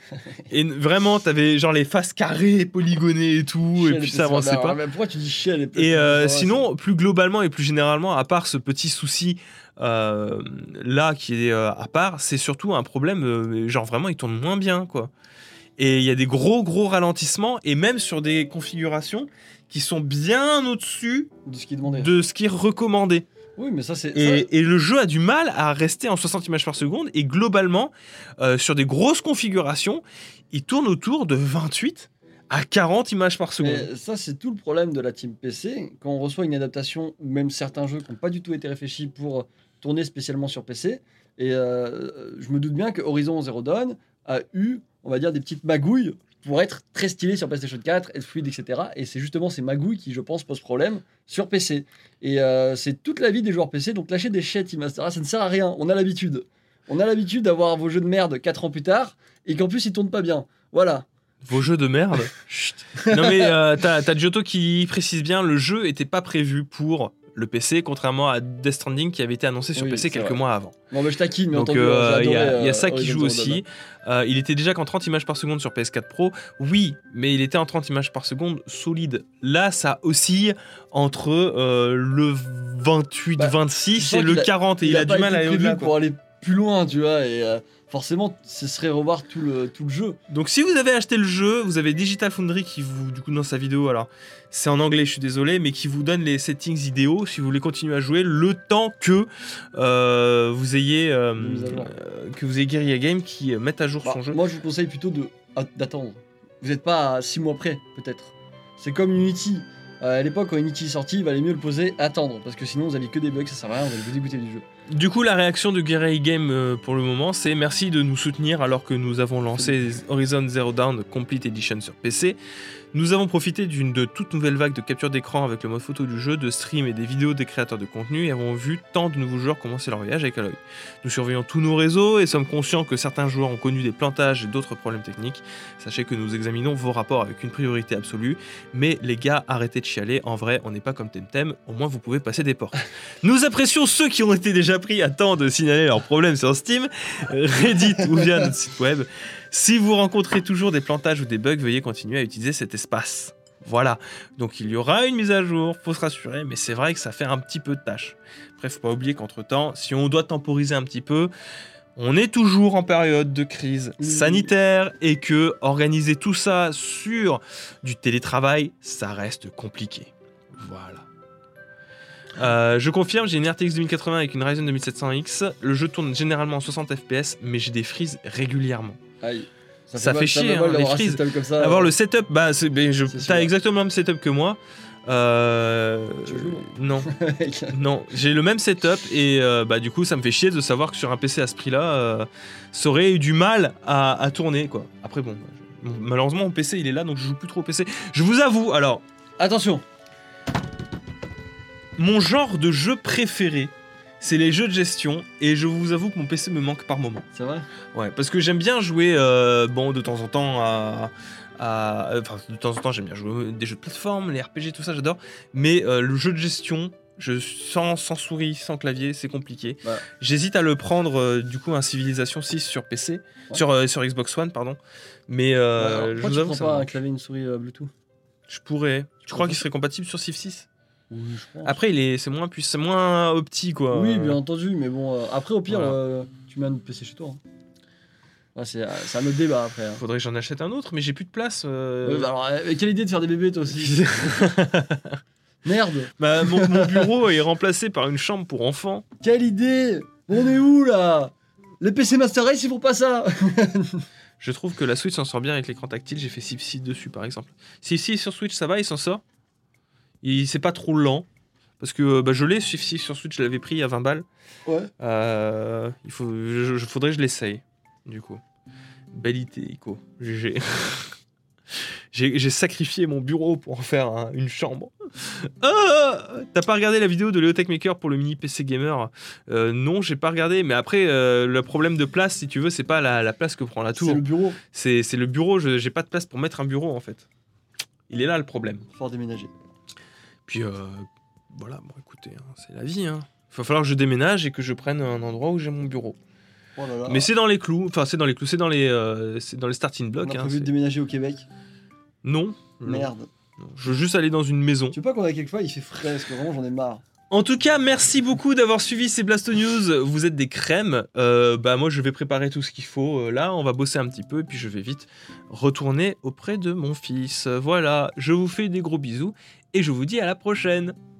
Et vraiment, tu avais genre les faces carrées, polygonées et tout, Chiel et puis ça avançait pas. Mais pourquoi tu dis chiel et, et euh, sinon, plus globalement et plus généralement, à part ce petit souci Euh, là qui est euh, à part, c'est surtout un problème euh, genre vraiment il tourne moins bien quoi, et il y a des gros gros ralentissements et même sur des configurations qui sont bien au-dessus de ce qui est demandé, de ce qui est recommandé. Oui, mais ça c'est et, ça... et le jeu a du mal à rester en soixante images par seconde, et globalement euh, sur des grosses configurations il tourne autour de vingt-huit à quarante images par seconde. Mais ça, c'est tout le problème de la team P C. Quand on reçoit une adaptation, ou même certains jeux qui n'ont pas du tout été réfléchis pour tourner spécialement sur P C. Et euh, je me doute bien que Horizon Zero Dawn a eu, on va dire, des petites magouilles pour être très stylé sur PlayStation quatre, être fluide, et cetera. Et c'est justement ces magouilles qui, je pense, posent problème sur P C. Et euh, c'est toute la vie des joueurs P C. Donc lâcher des chais Team Master, ça ne sert à rien. On a l'habitude. On a l'habitude d'avoir vos jeux de merde quatre ans plus tard et qu'en plus ils tournent pas bien. Voilà. Vos jeux de merde. Chut. Non mais euh, t'as, t'as Giotto qui précise bien, le jeu était pas prévu pour le P C, contrairement à Death Stranding qui avait été annoncé sur oui, P C quelques vrai. mois avant. Bon bah je taquine, mais donc il euh, euh, y, euh, y a ça qui joue aussi. Euh, il était déjà qu'en trente images par seconde sur P S quatre Pro, oui, mais il était en trente images par seconde solide. Là, ça oscille entre euh, le vingt-huit vingt-six bah, et le quarante, et il, il a, a du mal à aller au-delà. Pour aller plus loin, tu vois, et euh, forcément, ce serait revoir tout le, tout le jeu. Donc si vous avez acheté le jeu, vous avez Digital Foundry qui vous, du coup dans sa vidéo, alors c'est en anglais, je suis désolé, mais qui vous donne les settings idéaux si vous voulez continuer à jouer le temps que euh, vous ayez euh, euh, que vous ayez Guerrilla Games qui mette à jour bah, son jeu. Moi, je vous conseille plutôt de, d'attendre. Vous n'êtes pas à six mois près, peut-être. C'est comme Unity. Euh, à l'époque, quand Unity est sorti, il valait mieux le poser, attendre, parce que sinon vous aviez que des bugs, ça sert à rien, vous allez vous dégoûter du jeu. Du coup, la réaction de Guerrilla Games euh, pour le moment, c'est merci de nous soutenir alors que nous avons lancé Horizon Zero Dawn Complete Edition sur P C. Nous avons profité d'une de toute nouvelle vague de capture d'écran avec le mode photo du jeu, de stream et des vidéos des créateurs de contenu, et avons vu tant de nouveaux joueurs commencer leur voyage avec Aloy. Nous surveillons tous nos réseaux et sommes conscients que certains joueurs ont connu des plantages et d'autres problèmes techniques. Sachez que nous examinons vos rapports avec une priorité absolue, mais les gars, arrêtez de chialer, en vrai, on n'est pas comme Temtem, au moins vous pouvez passer des portes. Nous apprécions ceux qui ont été déjà pris à temps de signaler leurs problèmes sur Steam, Reddit ou via notre site web. Si vous rencontrez toujours des plantages ou des bugs, veuillez continuer à utiliser cet espace. Voilà, donc il y aura une mise à jour, faut se rassurer, mais c'est vrai que ça fait un petit peu de tâche. Après, faut pas oublier qu'entre-temps, si on doit temporiser un petit peu, on est toujours en période de crise sanitaire et que organiser tout ça sur du télétravail, ça reste compliqué. Voilà. Euh, je confirme, j'ai une R T X deux mille quatre-vingts avec une Ryzen deux mille sept cents X. Le jeu tourne généralement en soixante F P S, mais j'ai des freezes régulièrement. Aïe. Ça, ça fait, fait chier, hein, les freezes. Ça, avoir euh... le setup, bah, c'est, ben, je, c'est t'as sûr. Exactement le même setup que moi. Euh, tu joues non, non, j'ai le même setup et euh, bah du coup ça me fait chier de savoir que sur un P C à ce prix-là, euh, ça aurait eu du mal à, à tourner quoi. Après bon, je, malheureusement mon P C il est là donc je joue plus trop au P C. Je vous avoue alors. Attention. Mon genre de jeu préféré, c'est les jeux de gestion, et je vous avoue que mon P C me manque par moment. C'est vrai ? Ouais, parce que j'aime bien jouer, euh, bon, de temps en temps à... à enfin, de temps en temps, j'aime bien jouer des jeux de plateforme, les R P G, tout ça, j'adore. Mais euh, le jeu de gestion, je, sans, sans souris, sans clavier, c'est compliqué. Ouais. J'hésite à le prendre, euh, du coup, un Civilization six sur P C, ouais. sur, euh, sur Xbox One, pardon. Mais euh, ouais, je vous avoue que ça pas un clavier et une souris euh, Bluetooth ? Je pourrais. Tu crois qu'il serait compatible sur Civ six ? Oui, je pense. Après, il est, c'est moins puissant, c'est moins opti quoi. Oui, bien entendu, mais bon, euh, après au pire, voilà. euh, tu mets un P C chez toi. Hein. Ouais, c'est, c'est un autre débat après. Hein. Faudrait que j'en achète un autre, mais j'ai plus de place. Euh... Ouais, bah alors, euh, quelle idée de faire des bébés toi aussi. Merde. Bah mon, mon bureau est remplacé par une chambre pour enfants. Quelle idée. On est où là? Les P C Master Race, ils font pas ça. Je trouve que la Switch s'en sort bien avec l'écran tactile. J'ai fait Civ six dessus par exemple. Civ six sur Switch, ça va, il s'en sort. Il, c'est pas trop lent. Parce que bah, je l'ai, Civ six sur Switch, je l'avais pris à vingt balles. Ouais. Euh, il faut, je, je, faudrait que je l'essaye, du coup. Belle idée, Ico. G G. J'ai j'ai sacrifié mon bureau pour en faire un- une chambre. Ah, t'as pas regardé la vidéo de Léo Techmaker pour le mini P C Gamer? Euh, Non, j'ai pas regardé. Mais après, euh, le problème de place, si tu veux, c'est pas la, la place que prend la tour. C'est le bureau. C'est c'est le bureau. je- J'ai pas de place pour mettre un bureau en fait. Il est là le problème. Fort déménager. Puis euh, voilà, bon écoutez, hein, c'est la vie. Hein. Il va falloir que je déménage et que je prenne un endroit où j'ai mon bureau. Oh là là. Mais c'est dans les clous. Enfin, c'est dans les clous. C'est dans les, euh, c'est dans les starting On blocks. a hein, prévu de c'est- déménager au Québec. Non. non, Merde. non. Je veux juste aller dans une maison. Tu veux pas qu'on a quelquefois il fait frais parce que vraiment j'en ai marre. En tout cas, merci beaucoup d'avoir suivi ces Blasto News. Vous êtes des crèmes. Euh, bah moi, je vais préparer tout ce qu'il faut. Euh, là, on va bosser un petit peu et puis je vais vite retourner auprès de mon fils. Voilà. Je vous fais des gros bisous et je vous dis à la prochaine.